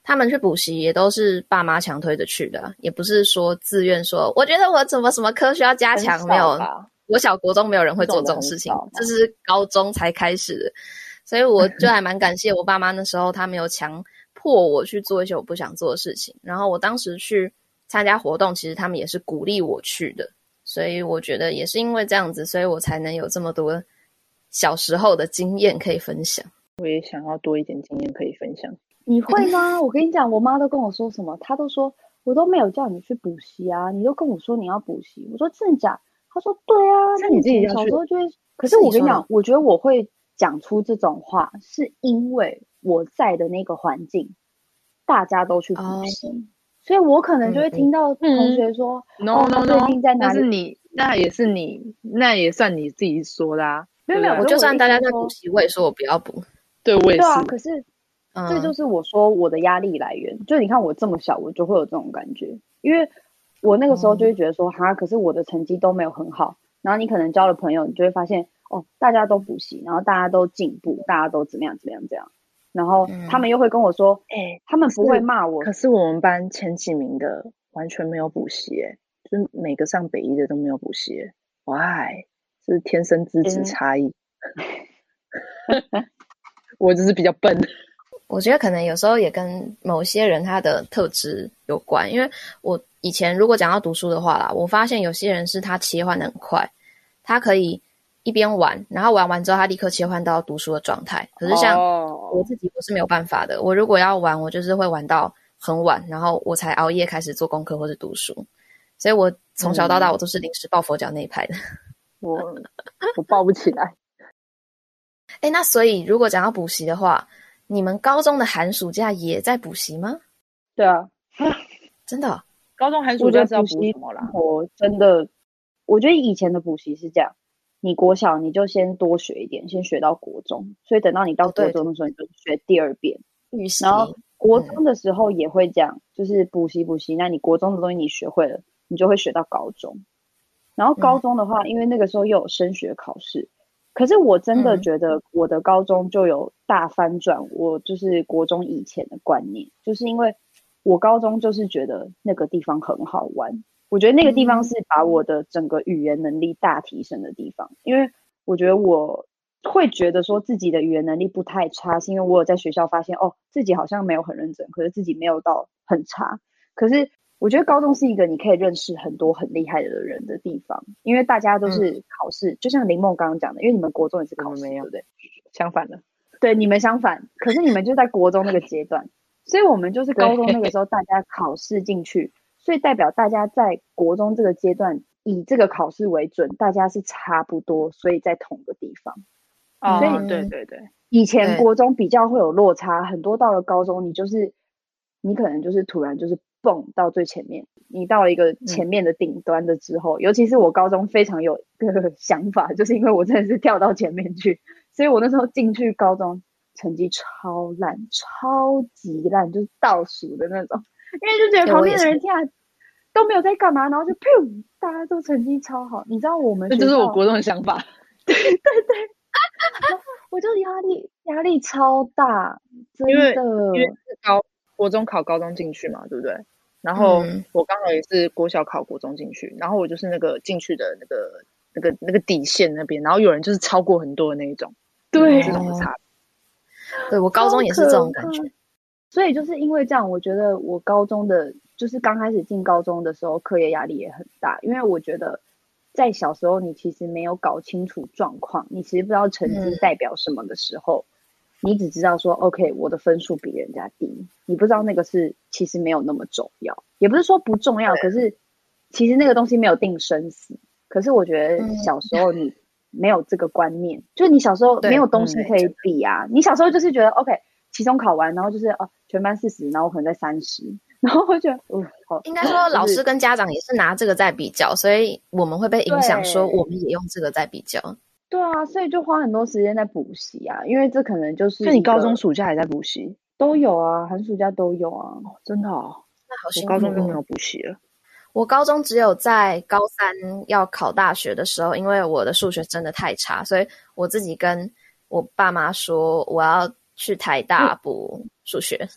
他们去补习也都是爸妈强推着去的、啊，也不是说自愿说我觉得我怎么什么科需要加强，没有。国小国中没有人会做这种事情，这是高中才开始的，所以我就还蛮感谢我爸妈那时候他没有强迫我去做一些我不想做的事情，然后我当时去参加活动，其实他们也是鼓励我去的，所以我觉得也是因为这样子，所以我才能有这么多小时候的经验可以分享。 我也想要多一点经验可以分享。 你会吗？我跟你讲，我妈都跟我说什么，她都说我都没有叫你去补习啊，你都跟我说你要补习，我说真的假？她说对啊，那你自己小时候就会。可是我跟你讲，我觉得我会讲出这种话，是因为我在的那个环境，大家都去补习，哦、所以我可能就会听到同学说：“ 嗯、no no no， 最近在哪里？” 但是你那也是你，那也算你自己说的啊。 没有没有，我就算大家在补习，我也说我不要补。 对，我也是。 对啊，可是、嗯、这就是我说我的压力来源。就你看我这么小，我就会有这种感觉，因为。我那个时候就会觉得说哈、嗯，可是我的成绩都没有很好，然后你可能交了朋友，你就会发现哦，大家都补习，然后大家都进步，大家都怎么样怎么样这样，然后他们又会跟我说，哎、嗯欸，他们不会骂我。 可是我们班前几名的完全没有补习，哎，就是每个上北一的都没有补习 ，why？ 是天生资质差异。嗯、我只是比较笨。 我觉得可能有时候也跟某些人他的特质有关，因为我以前如果讲到读书的话啦，我发现有些人是他切换得很快，他可以一边玩，然后玩完之后他立刻切换到读书的状态。可是像我自己我是没有办法的，我如果要玩，我就是会玩到很晚，然后我才熬夜开始做功课或是读书。所以我从小到大我都是临时抱佛脚那一派的。 我我抱不起来。 诶，那所以如果讲到补习的话，你们高中的寒暑假也在补习吗？ 对啊， 真的、哦。 高中寒暑假是要补什么啦？ 我真的，我觉得以前的补习是这样，你国小你就先多学一点，先学到国中，所以等到你到国中的时候，你就学第二遍。然后国中的时候也会这样，嗯、就是补习补习，那你国中的东西你学会了，你就会学到高中。然后高中的话，嗯、因为那个时候又有升学考试。可是我真的觉得我的高中就有大翻转，我就是国中以前的观念，就是因为我高中就是觉得那个地方很好玩，我觉得那个地方是把我的整个语言能力大提升的地方，因为我觉得我会觉得说自己的语言能力不太差，是因为我有在学校发现哦，自己好像没有很认真，可是自己没有到很差。可是我觉得高中是一个你可以认识很多很厉害的人的地方，因为大家都是考试、嗯、就像林梦刚刚讲的，因为你们国中也是考试，对不对？ 相反的。 对，你们相反，可是你们就在国中那个阶段，所以我们就是高中那个时候大家考试进去，所以代表大家在国中这个阶段以这个考试为准，大家是差不多，所以在同个地方。 哦，所以对对对， 以前国中比较会有落差很多，到了高中你就是你可能就是突然就是蹦到最前面，你到了一个前面的顶端的之后、嗯、尤其是我高中非常有个想法，就是因为我真的是跳到前面去，所以我那时候进去高中成绩超烂，超级烂，就是倒数的那种，因为就觉得旁边的人天啊都没有在干嘛，然后就噗，大家都成绩超好。你知道我们这就是我国中的想法。 对对对我就压力压力超大，真的。 因为因为是高国中考高中进去嘛，对不对？然后我刚好也是国小考国中进去，然后我就是那个进去的那个那个那个底线那边，然后有人就是超过很多的那一种， 对， 这种差。 对，我高中也是这种感觉。 所以就是因为这样，我觉得我高中的就是刚开始进高中的时候，课业压力也很大，因为我觉得在小时候你其实没有搞清楚状况，你其实不知道成绩代表什么的时候、嗯、你只知道说 OK 我的分数比人家低，你不知道那个是其实没有那么重要，也不是说不重要，可是其实那个东西没有定生死。可是我觉得小时候你没有这个观念、嗯、就是你小时候没有东西可以比啊，你小时候就是觉得 OK 期中考完然后就是哦全班四十，然后我可能在三十，然后会觉得嗯，好， 应该说老师跟家长也是拿这个在比较，所以我们会被影响说我们也用这个在比较。 对啊，所以就花很多时间在补习啊，因为这可能就是那你高中暑假还在补习？ 都有啊，寒暑假都有啊。 哦、真的哦， 那好辛苦。 我高中就没有补习了。 我高中只有在高三要考大学的时候，因为我的数学真的太差，所以我自己跟我爸妈说我要去台大补数学、嗯、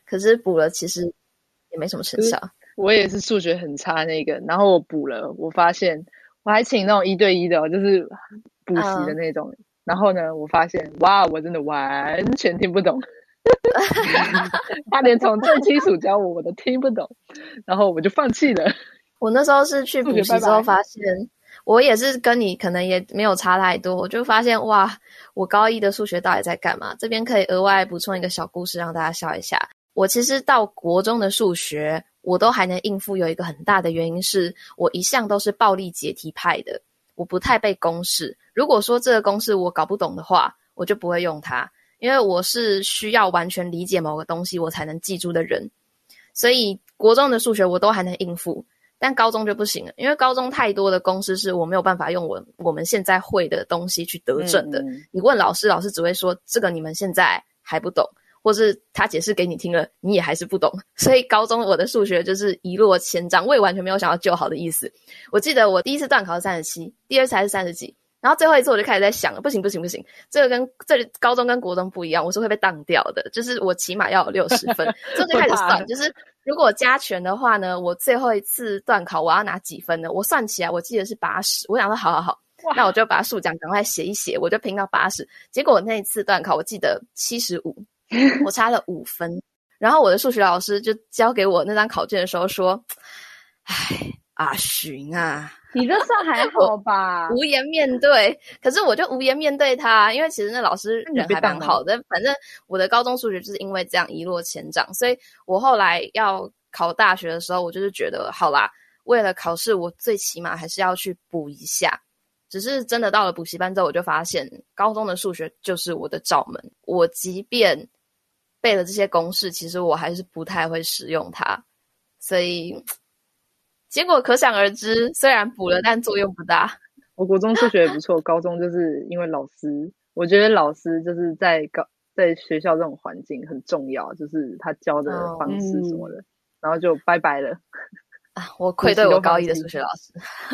可是补了其实也没什么成效。 我也是数学很差那个，然后我补了，我发现我还请那种一对一的、哦，就是补习的那种。嗯、然后呢，我发现哇，我真的完全听不懂。他连从最基础教我，我都听不懂，然后我就放弃了。 我那时候是去补习之后发现，我也是跟你可能也没有差太多，我就发现哇，我高一的数学到底在干嘛？这边可以额外补充一个小故事让大家笑一下。我其实到国中的数学我都还能应付，有一个很大的原因是我一向都是暴力解题派的，我不太背公式。如果说这个公式我搞不懂的话，我就不会用它，因为我是需要完全理解某个东西我才能记住的人。所以国中的数学我都还能应付，但高中就不行了，因为高中太多的公式是我没有办法用我我们现在会的东西去得证的。嗯、你问老师，老师只会说这个你们现在还不懂，或是他解释给你听了你也还是不懂。所以高中我的数学就是一落千丈，我也完全没有想要救好的意思。我记得我第一次段考是三十七，第二次还是三十几，然后最后一次我就开始在想了，不行不行不行，这个跟这高中跟国中不一样，我是会被当掉的，就是我起码要有六十分。所以就开始算，就是如果加权的话呢，我最后一次段考我要拿几分呢？我算起来我记得是八十，我想说好好好，那我就把数讲赶快写一写，我就拼到八十。结果那一次段考我记得七十五，我差了五分。然后我的数学老师就交给我那张考卷的时候说：“哎，阿寻啊。” 你这算还好吧？ 无颜面对，可是我就无颜面对他，因为其实那老师人还蛮好的。反正我的高中数学就是因为这样一落千丈，所以我后来要考大学的时候，我就是觉得好啦，为了考试，我最起码还是要去补一下。只是真的到了补习班之后，我就发现高中的数学就是我的罩门。我即便背了这些公式，其实我还是不太会使用它，所以。结果可想而知，虽然补了，但作用不大。 我国中数学也不错，高中就是因为老师，我觉得老师就是在高在学校这种环境很重要，就是他教的方式什么的，哦嗯、然后就拜拜了。 啊，我愧对我高一的数学老师。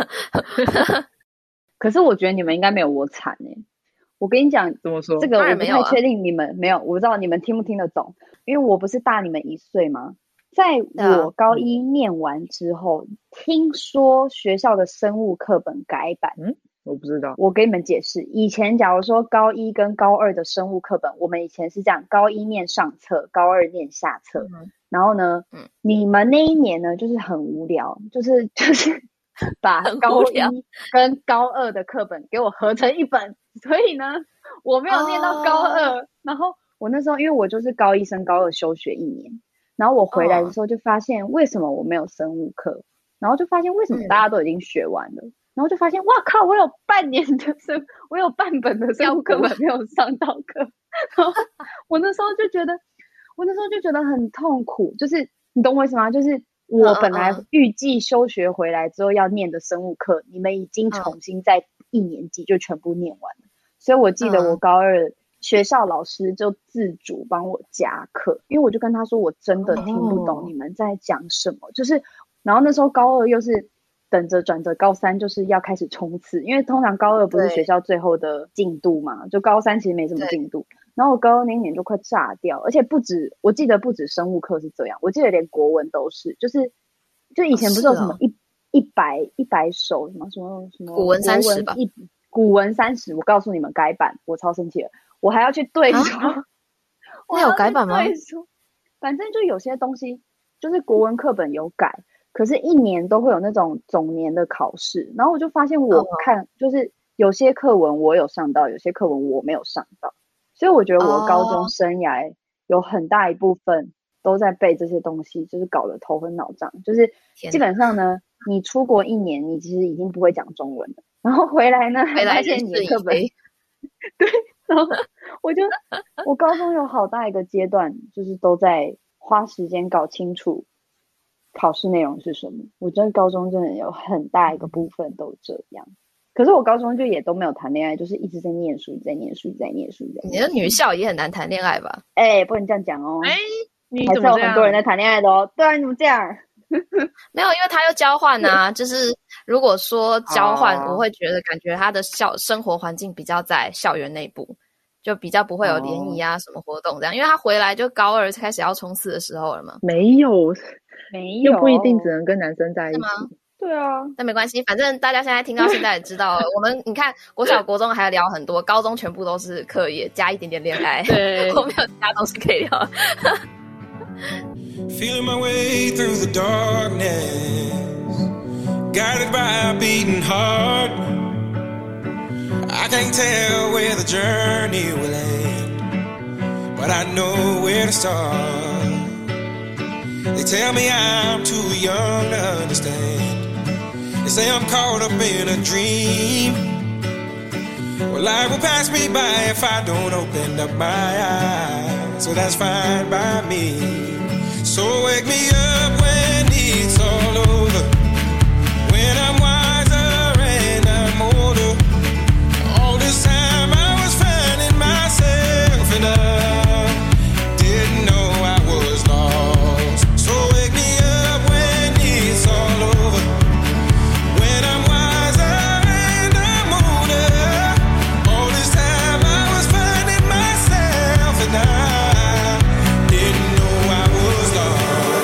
可是我觉得你们应该没有我惨哎、欸。我跟你讲， 怎么说？ 这个我不太确定你们没有，我不知道你们听不听得懂，因为我不是大你们一岁吗？在我高一念完之后，嗯、听说学校的生物课本改版。 嗯，我不知道。 我给你们解释，以前假如说高一跟高二的生物课本，我们以前是这样，高一念上册，高二念下册。嗯、然后呢，嗯、你们那一年呢，就是很无聊，就是就是把高一跟高二的课本给我合成一本，所以呢，我没有念到高二。哦、然后我那时候因为我就是高一升高二休学一年。然后我回来的时候就发现为什么我没有生物课，然后就发现为什么大家都已经学完了，嗯、然后就发现哇靠，我有半年的生，我有半本的生物课本没有上到课，然后我那时候就觉得，我那时候就觉得很痛苦，就是你懂我意思吗？就是我本来预计休学回来之后要念的生物课，你们已经重新在一年级就全部念完了，所以我记得我高二。学校老师就自主帮我加课，因为我就跟他说我真的听不懂你们在讲什么， oh. 就是然后那时候高二又是等着转着高三就是要开始冲刺，因为通常高二不是学校最后的进度嘛，就高三其实没什么进度，然后我高二那一年就快炸掉，而且不止我记得不止生物课是这样，我记得连国文都是，就是就以前不是有什么一一百一百首什么什么什么古文三十吧， 古文三十，我告诉你们改版，我超生气了。我还要去对说， 啊、那有改版吗？ 反正就有些东西，就是国文课本有改，可是一年都会有那种总年的考试，然后我就发现我看、哦、就是有些课文我有上到，有些课文我没有上到，所以我觉得我高中生涯有很大一部分都在背这些东西，就是搞得头昏脑胀，就是基本上呢，你出国一年，你其实已经不会讲中文了，然后回来呢， 回来发现你的课本，对。然后我就我高中有好大一个阶段就是都在花时间搞清楚考试内容是什么，我觉得高中真的有很大一个部分都这样，可是我高中就也都没有谈恋爱，就是一直在念书一直在念书一直在念书在念书。 你的女校也很难谈恋爱吧？ 哎、欸，不能这样讲哦， 哎，你怎么这样？ 还是有很多人在谈恋爱的哦。对啊，你怎么这样？ 没有，因为他又交换啊，就是如果说交换，我会觉得感觉他的校生活环境比较在校园内部， 就比较不会有联谊啊、哦、什么活动这样，因为他回来就高二开始要冲刺的时候了嘛。 没有， 没有， 又不一定只能跟男生在一起。 是吗？ 对啊， 但没关系，反正大家现在听到现在也知道了。我们你看，国小、国中还聊很多，高中全部都是课业加一点点恋爱， 对， 后面有其他东西可以聊。 Feeling my way through the darkness, guided by a beating heart. I can't tell where the journey will end, but I know where to start. They tell me I'm too young to understand. They say I'm caught up in a dream. Well, life will pass me by if I don't open up my eyes. So that's fine by me. So wake me up when it's all over, when I'm wiser and I'm older. All this time I was finding myself and I didn't know I was lost. So wake me up when it's all over, when I'm wiser and I'm older. All this time I was finding myself and I didn't know I was lost.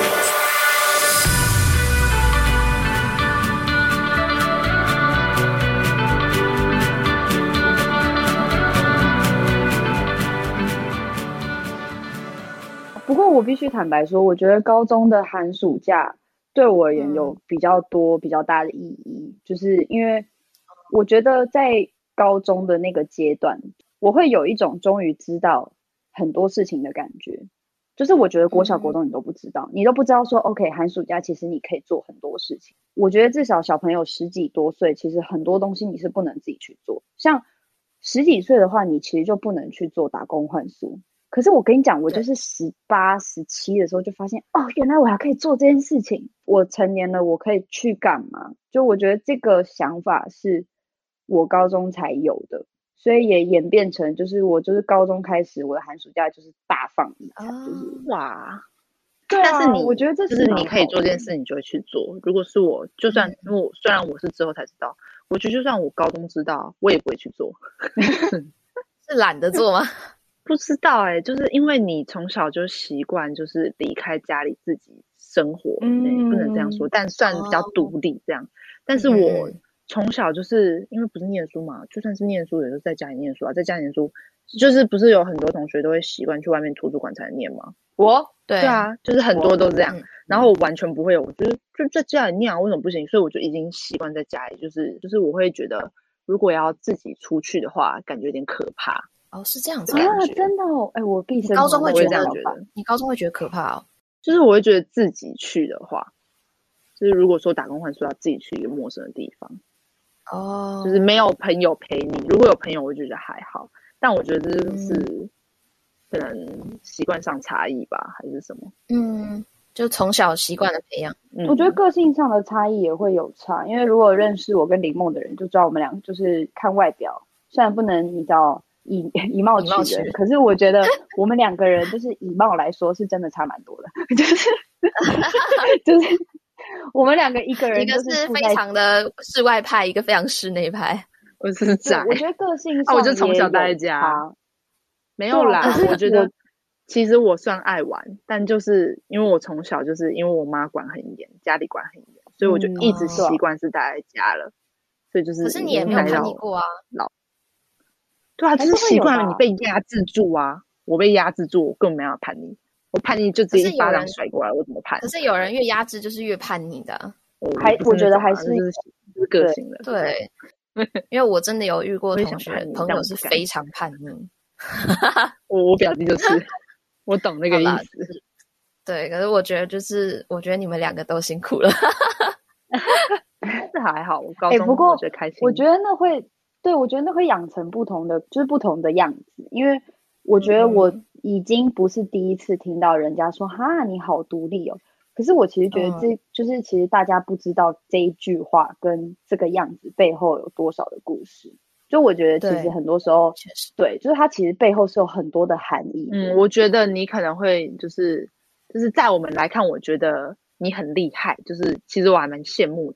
不过我必须坦白说，我觉得高中的寒暑假对我而言有比较多、比较大的意义，就是因为我觉得在高中的那个阶段，我会有一种终于知道很多事情的感觉。就是我觉得国小、国中你都不知道，你都不知道说 OK 寒暑假其实你可以做很多事情。我觉得至少小朋友十几多岁，其实很多东西你是不能自己去做。像十几岁的话，你其实就不能去做打工换宿。可是我跟你讲，我就是十八、十七的时候就发现，哦，原来我还可以做这件事情。我成年了，我可以去干嘛？就我觉得这个想法是我高中才有的。所以也演变成，就是我就是高中开始，我的寒暑假就是大放异彩，哦、就是哇， 对啊， 但是你我觉得这就是你可以做这件事，你就会去做。如果是我，就算因为我虽然我是之后才知道，我觉得就算我高中知道，我也不会去做。 是懒得做吗？ 不知道哎、欸，就是因为你从小就习惯就是离开家里自己生活，嗯，不能这样说，但算比较独立这样。哦、但是我。嗯从小就是因为不是念书嘛，就算是念书也是在家里念书啊，在家里念书就是不是有很多同学都会习惯去外面图书馆才能念吗？ 我对对啊，就是很多都这样，然后我完全不会有，我就是就在家里念啊，为什么不行？所以我就已经习惯在家里，就是就是我会觉得如果要自己出去的话，感觉有点可怕。 哦，是这样子啊，真的哦，哎，我毕生高中会觉得这样觉得， 你高中会觉得可怕哦， 就是我会觉得自己去的话，就是如果说打工换宿要自己去一个陌生的地方。 哦， 就是没有朋友陪你，如果有朋友我就觉得还好，但我觉得这就是可能习惯上差异吧，还是什么， 嗯，就从小习惯的培养、 嗯、我觉得个性上的差异也会有差，因为如果认识我跟林梦的人就知道我们俩就是看外表，虽然不能你知道以以貌取人，可是我觉得我们两个人就是以貌来说是真的差蛮多的，就是就是我们两个一个人一个是非常的室外派，一个非常室内派。 我是宅， 我觉得个性上、 啊、我就从小待在家，没有啦。我觉得其实我算爱玩，但就是因为我从小就是因为我妈管很严，家里管很严，所以我就一直习惯是待在家了。嗯、所以就是， 可是你也没有叛逆过啊， 老对啊，就是习惯了你被压制住啊，我被压制住，我根本没有叛逆。我叛逆就直接一巴掌甩过来，我怎么叛？ 可是有人越压制就是越叛逆的、啊， 还我觉得还是就是个性的。 对，因为我真的有遇过同学朋友是非常叛逆。 我我表弟就是，我懂那个意思。 对，可是我觉得就是我觉得你们两个都辛苦了。 这还好，我高中我觉得开心。 我觉得那会对我觉得那会养成不同的就是不同的样子，因为我觉得我已经不是第一次听到人家说、嗯、哈你好独立哦，可是我其实觉得这、嗯、就是其实大家不知道这一句话跟这个样子背后有多少的故事，就我觉得其实很多时候 对, 对就是它其实背后是有很多的含义。 嗯，我觉得你可能会就是就是在我们来看我觉得你很厉害，就是其实我还蛮羡慕的，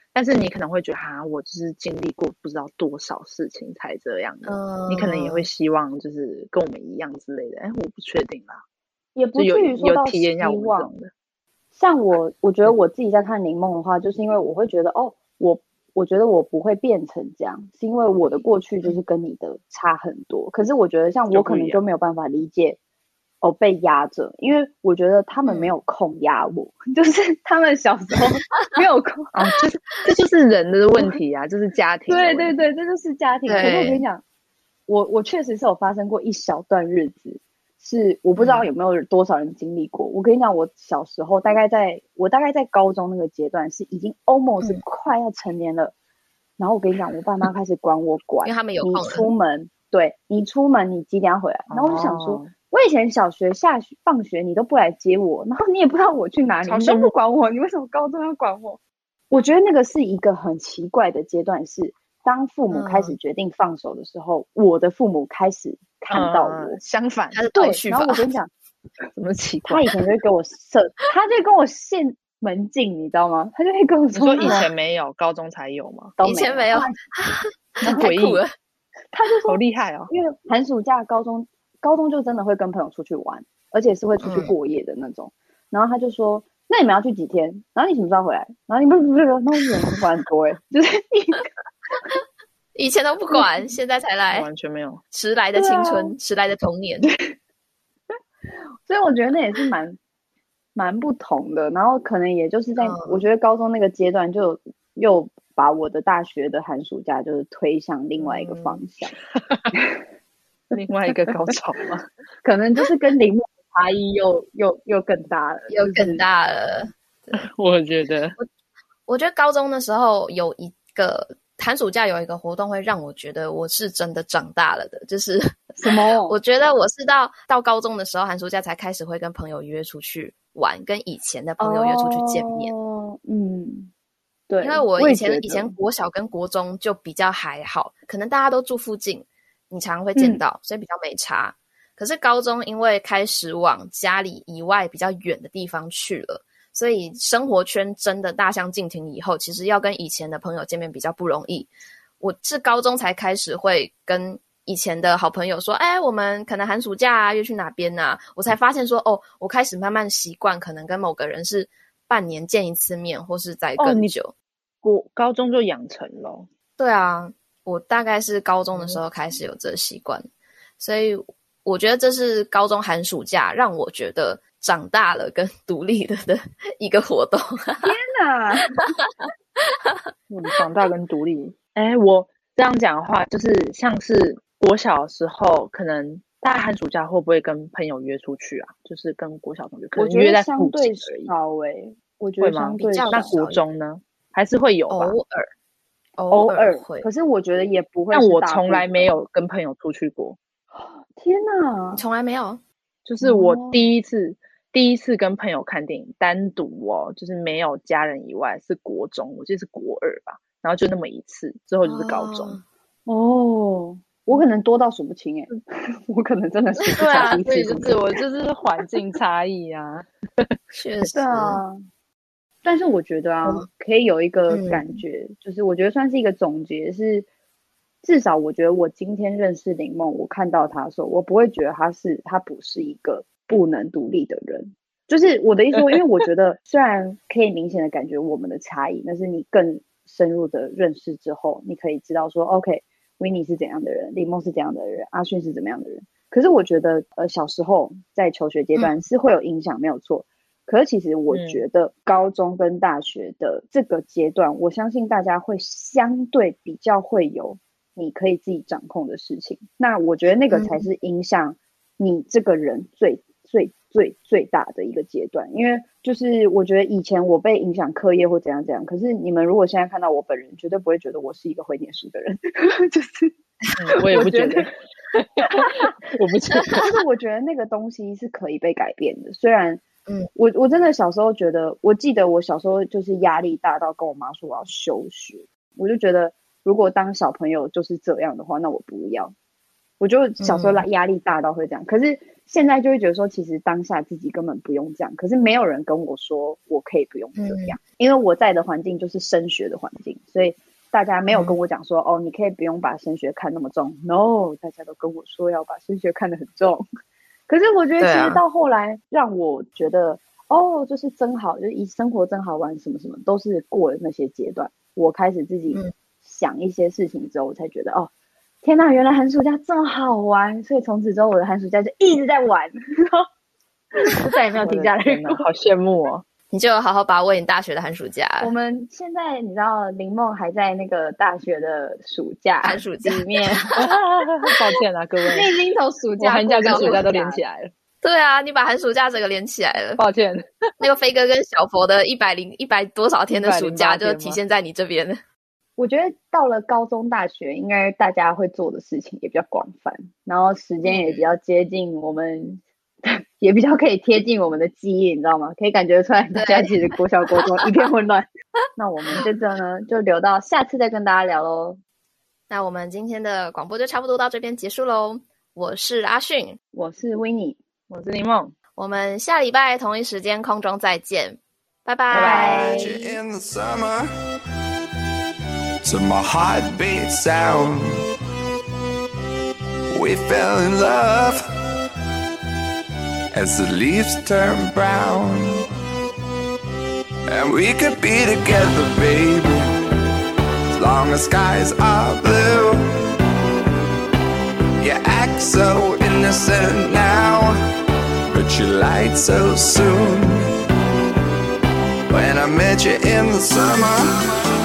但是你可能会觉得哈，我就是经历过不知道多少事情才这样的， 嗯， 你可能也会希望就是跟我们一样之类的。哎，我不确定啦， 也不就有至于说到有体验一下我希望们这种的。 像我，我觉得我自己在看林梦的话，就是因为我会觉得，哦，我我觉得我不会变成这样，是因为我的过去就是跟你的差很多。可是我觉得，像我可能就没有办法理解，哦，被压着，因为我觉得他们没有空压我，嗯、就是他们小时候没有空啊，就是这就是人的问题啊，就是家庭。 对对对，这就是家庭。可是我跟你讲，我我确实是有发生过一小段日子。是我不知道有没有多少人经历过、嗯、我跟你讲，我小时候大概在我大概在高中那个阶段是已经 almost 快要成年了、嗯、然后我跟你讲，我爸妈开始管我管因为他们有你出门，对，你出门你几点要回来、哦、然后我就想说，我以前小学下学放学你都不来接我，然后你也不知道我去哪里，你都不管我，你为什么高中要管我？我觉得那个是一个很奇怪的阶段，是当父母开始决定放手的时候、嗯、我的父母开始看到我、 嗯、相反他是倒叙法。 然后我跟你讲怎么奇怪， 他以前就会给我设他就跟我限门禁，你知道吗？他就会跟我说， 你说以前没有高中才有吗？ 以前没有太酷了。 他就说好厉害哦， 因为寒暑假高中高中就真的会跟朋友出去玩，而且是会出去过夜的那种、嗯、然后他就说，那你们要去几天？然后你什么时候回来？然后你不是不是那我人管很多哎、欸，就是以前都不管，现在才来， 完全没有迟来的青春，迟、啊、来的童年。 所以我觉得那也是蛮蛮不同的。然后可能也就是在、嗯、我觉得高中那个阶段，就又把我的大学的寒暑假就是推向另外一个方向， 嗯、另外一个高潮嘛， 可能就是跟林梦差异又又又更大了， 又更大了。 我觉得我，我觉得高中的时候有一个。寒暑假有一个活动会让我觉得我是真的长大了的，就是什么？ 我觉得我是到到高中的时候，寒暑假才开始会跟朋友约出去玩，跟以前的朋友约出去见面。 哦，嗯，对， 因为我以前以前国小跟国中就比较还好，可能大家都住附近，你常常会见到，嗯、所以比较没差。可是高中因为开始往家里以外比较远的地方去了。所以生活圈真的大相径庭以后，其实要跟以前的朋友见面比较不容易。我是高中才开始会跟以前的好朋友说，哎，我们可能寒暑假啊约去哪边啊，我才发现说，哦，我开始慢慢习惯可能跟某个人是半年见一次面，或是再更久。 哦、我高中就养成了。 对啊，我大概是高中的时候开始有这习惯、嗯、所以我觉得这是高中寒暑假让我觉得长大了跟独立了的一个活动。 天哪我长大跟独立，哎，我这样讲的话就是像是国小的时候可能大家寒暑假会不会跟朋友约出去啊？就是跟国小同学可能约在附近而已。 少欸，我觉得相对少。 那国中呢还是会有吧， 偶尔偶尔会，可是我觉得也不会。 但我从来没有跟朋友出去过。 天哪， 你从来没有？ 就是我第一次、哦、第一次跟朋友看电影，单独哦，就是没有家人以外，是国中，我记得是国二吧，然后就那么一次，之后就是高中。 哦，哦我可能多到数不清哎，我可能真的数不清。 对啊，所以就是我就是环境差异啊， 确实啊。但是我觉得啊，嗯、可以有一个感觉、嗯，就是我觉得算是一个总结是。至少我觉得我今天认识林梦，我看到他的时候，我不会觉得他是他不是一个不能独立的人。就是我的意思说，因为我觉得虽然可以明显的感觉我们的差异，但是你更深入的认识之后，你可以知道说 OK， Winnie 是怎样的人，林梦是怎样的人，阿迅是怎么样的人。可是我觉得呃小时候在求学阶段是会有影响、嗯、没有错。可是其实我觉得高中跟大学的这个阶段、嗯、我相信大家会相对比较会有你可以自己掌控的事情，那我觉得那个才是影响你这个人最、嗯、最最最大的一个阶段。因为就是我觉得以前我被影响课业或怎样怎样，可是你们如果现在看到我本人，绝对不会觉得我是一个会念书的人就是、 嗯、我也不觉得我不觉得就是我觉得那个东西是可以被改变的。虽然嗯，我我真的小时候觉得，我记得我小时候就是压力大到跟我妈说我要休学，我就觉得如果当小朋友就是这样的话，那我不要。 我就小时候压力大到会这样，嗯、可是现在就会觉得说，其实当下自己根本不用这样。可是没有人跟我说我可以不用这样，嗯、因为我在的环境就是升学的环境，所以大家没有跟我讲说，嗯、哦，你可以不用把升学看那么重。No， 大家都跟我说要把升学看得很重。可是我觉得其实到后来让我觉得，啊、哦，就是真好，就是以生活真好玩，什么什么都是过了那些阶段。我开始自己想一些事情之后，我才觉得哦。天哪，原来寒暑假这么好玩，所以从此之后我的寒暑假就一直在玩，就再也没有停下来过。 好羡慕哦！ 你就好好把握你大学的寒暑假。 我们现在你知道林梦还在那个大学的暑假寒暑假里面， 抱歉啊各位， 你已经从暑假寒假跟暑假都连起来了。 对啊，你把寒暑假整个连起来了。 抱歉， 那个飞哥跟小佛的一百零一百多少天的暑假就体现在你这边了。 我觉得到了高中大学应该大家会做的事情也比较广泛，然后时间也比较接近我们也比较可以贴近我们的记忆，你知道吗？可以感觉出来大家其实国小国中一片混乱。那我们这个呢就留到下次再跟大家聊咯。 那我们今天的广播就差不多到这边结束咯。我是阿迅， 我是维尼， 我是林梦， 我们下礼拜同一时间空中再见，拜拜。 拜拜。 To my heartbeat sound, we fell in love as the leaves turn brown, and we could be together, baby, as long as skies are blue. You act so innocent now, but you lied so soon. When I met you in the summer,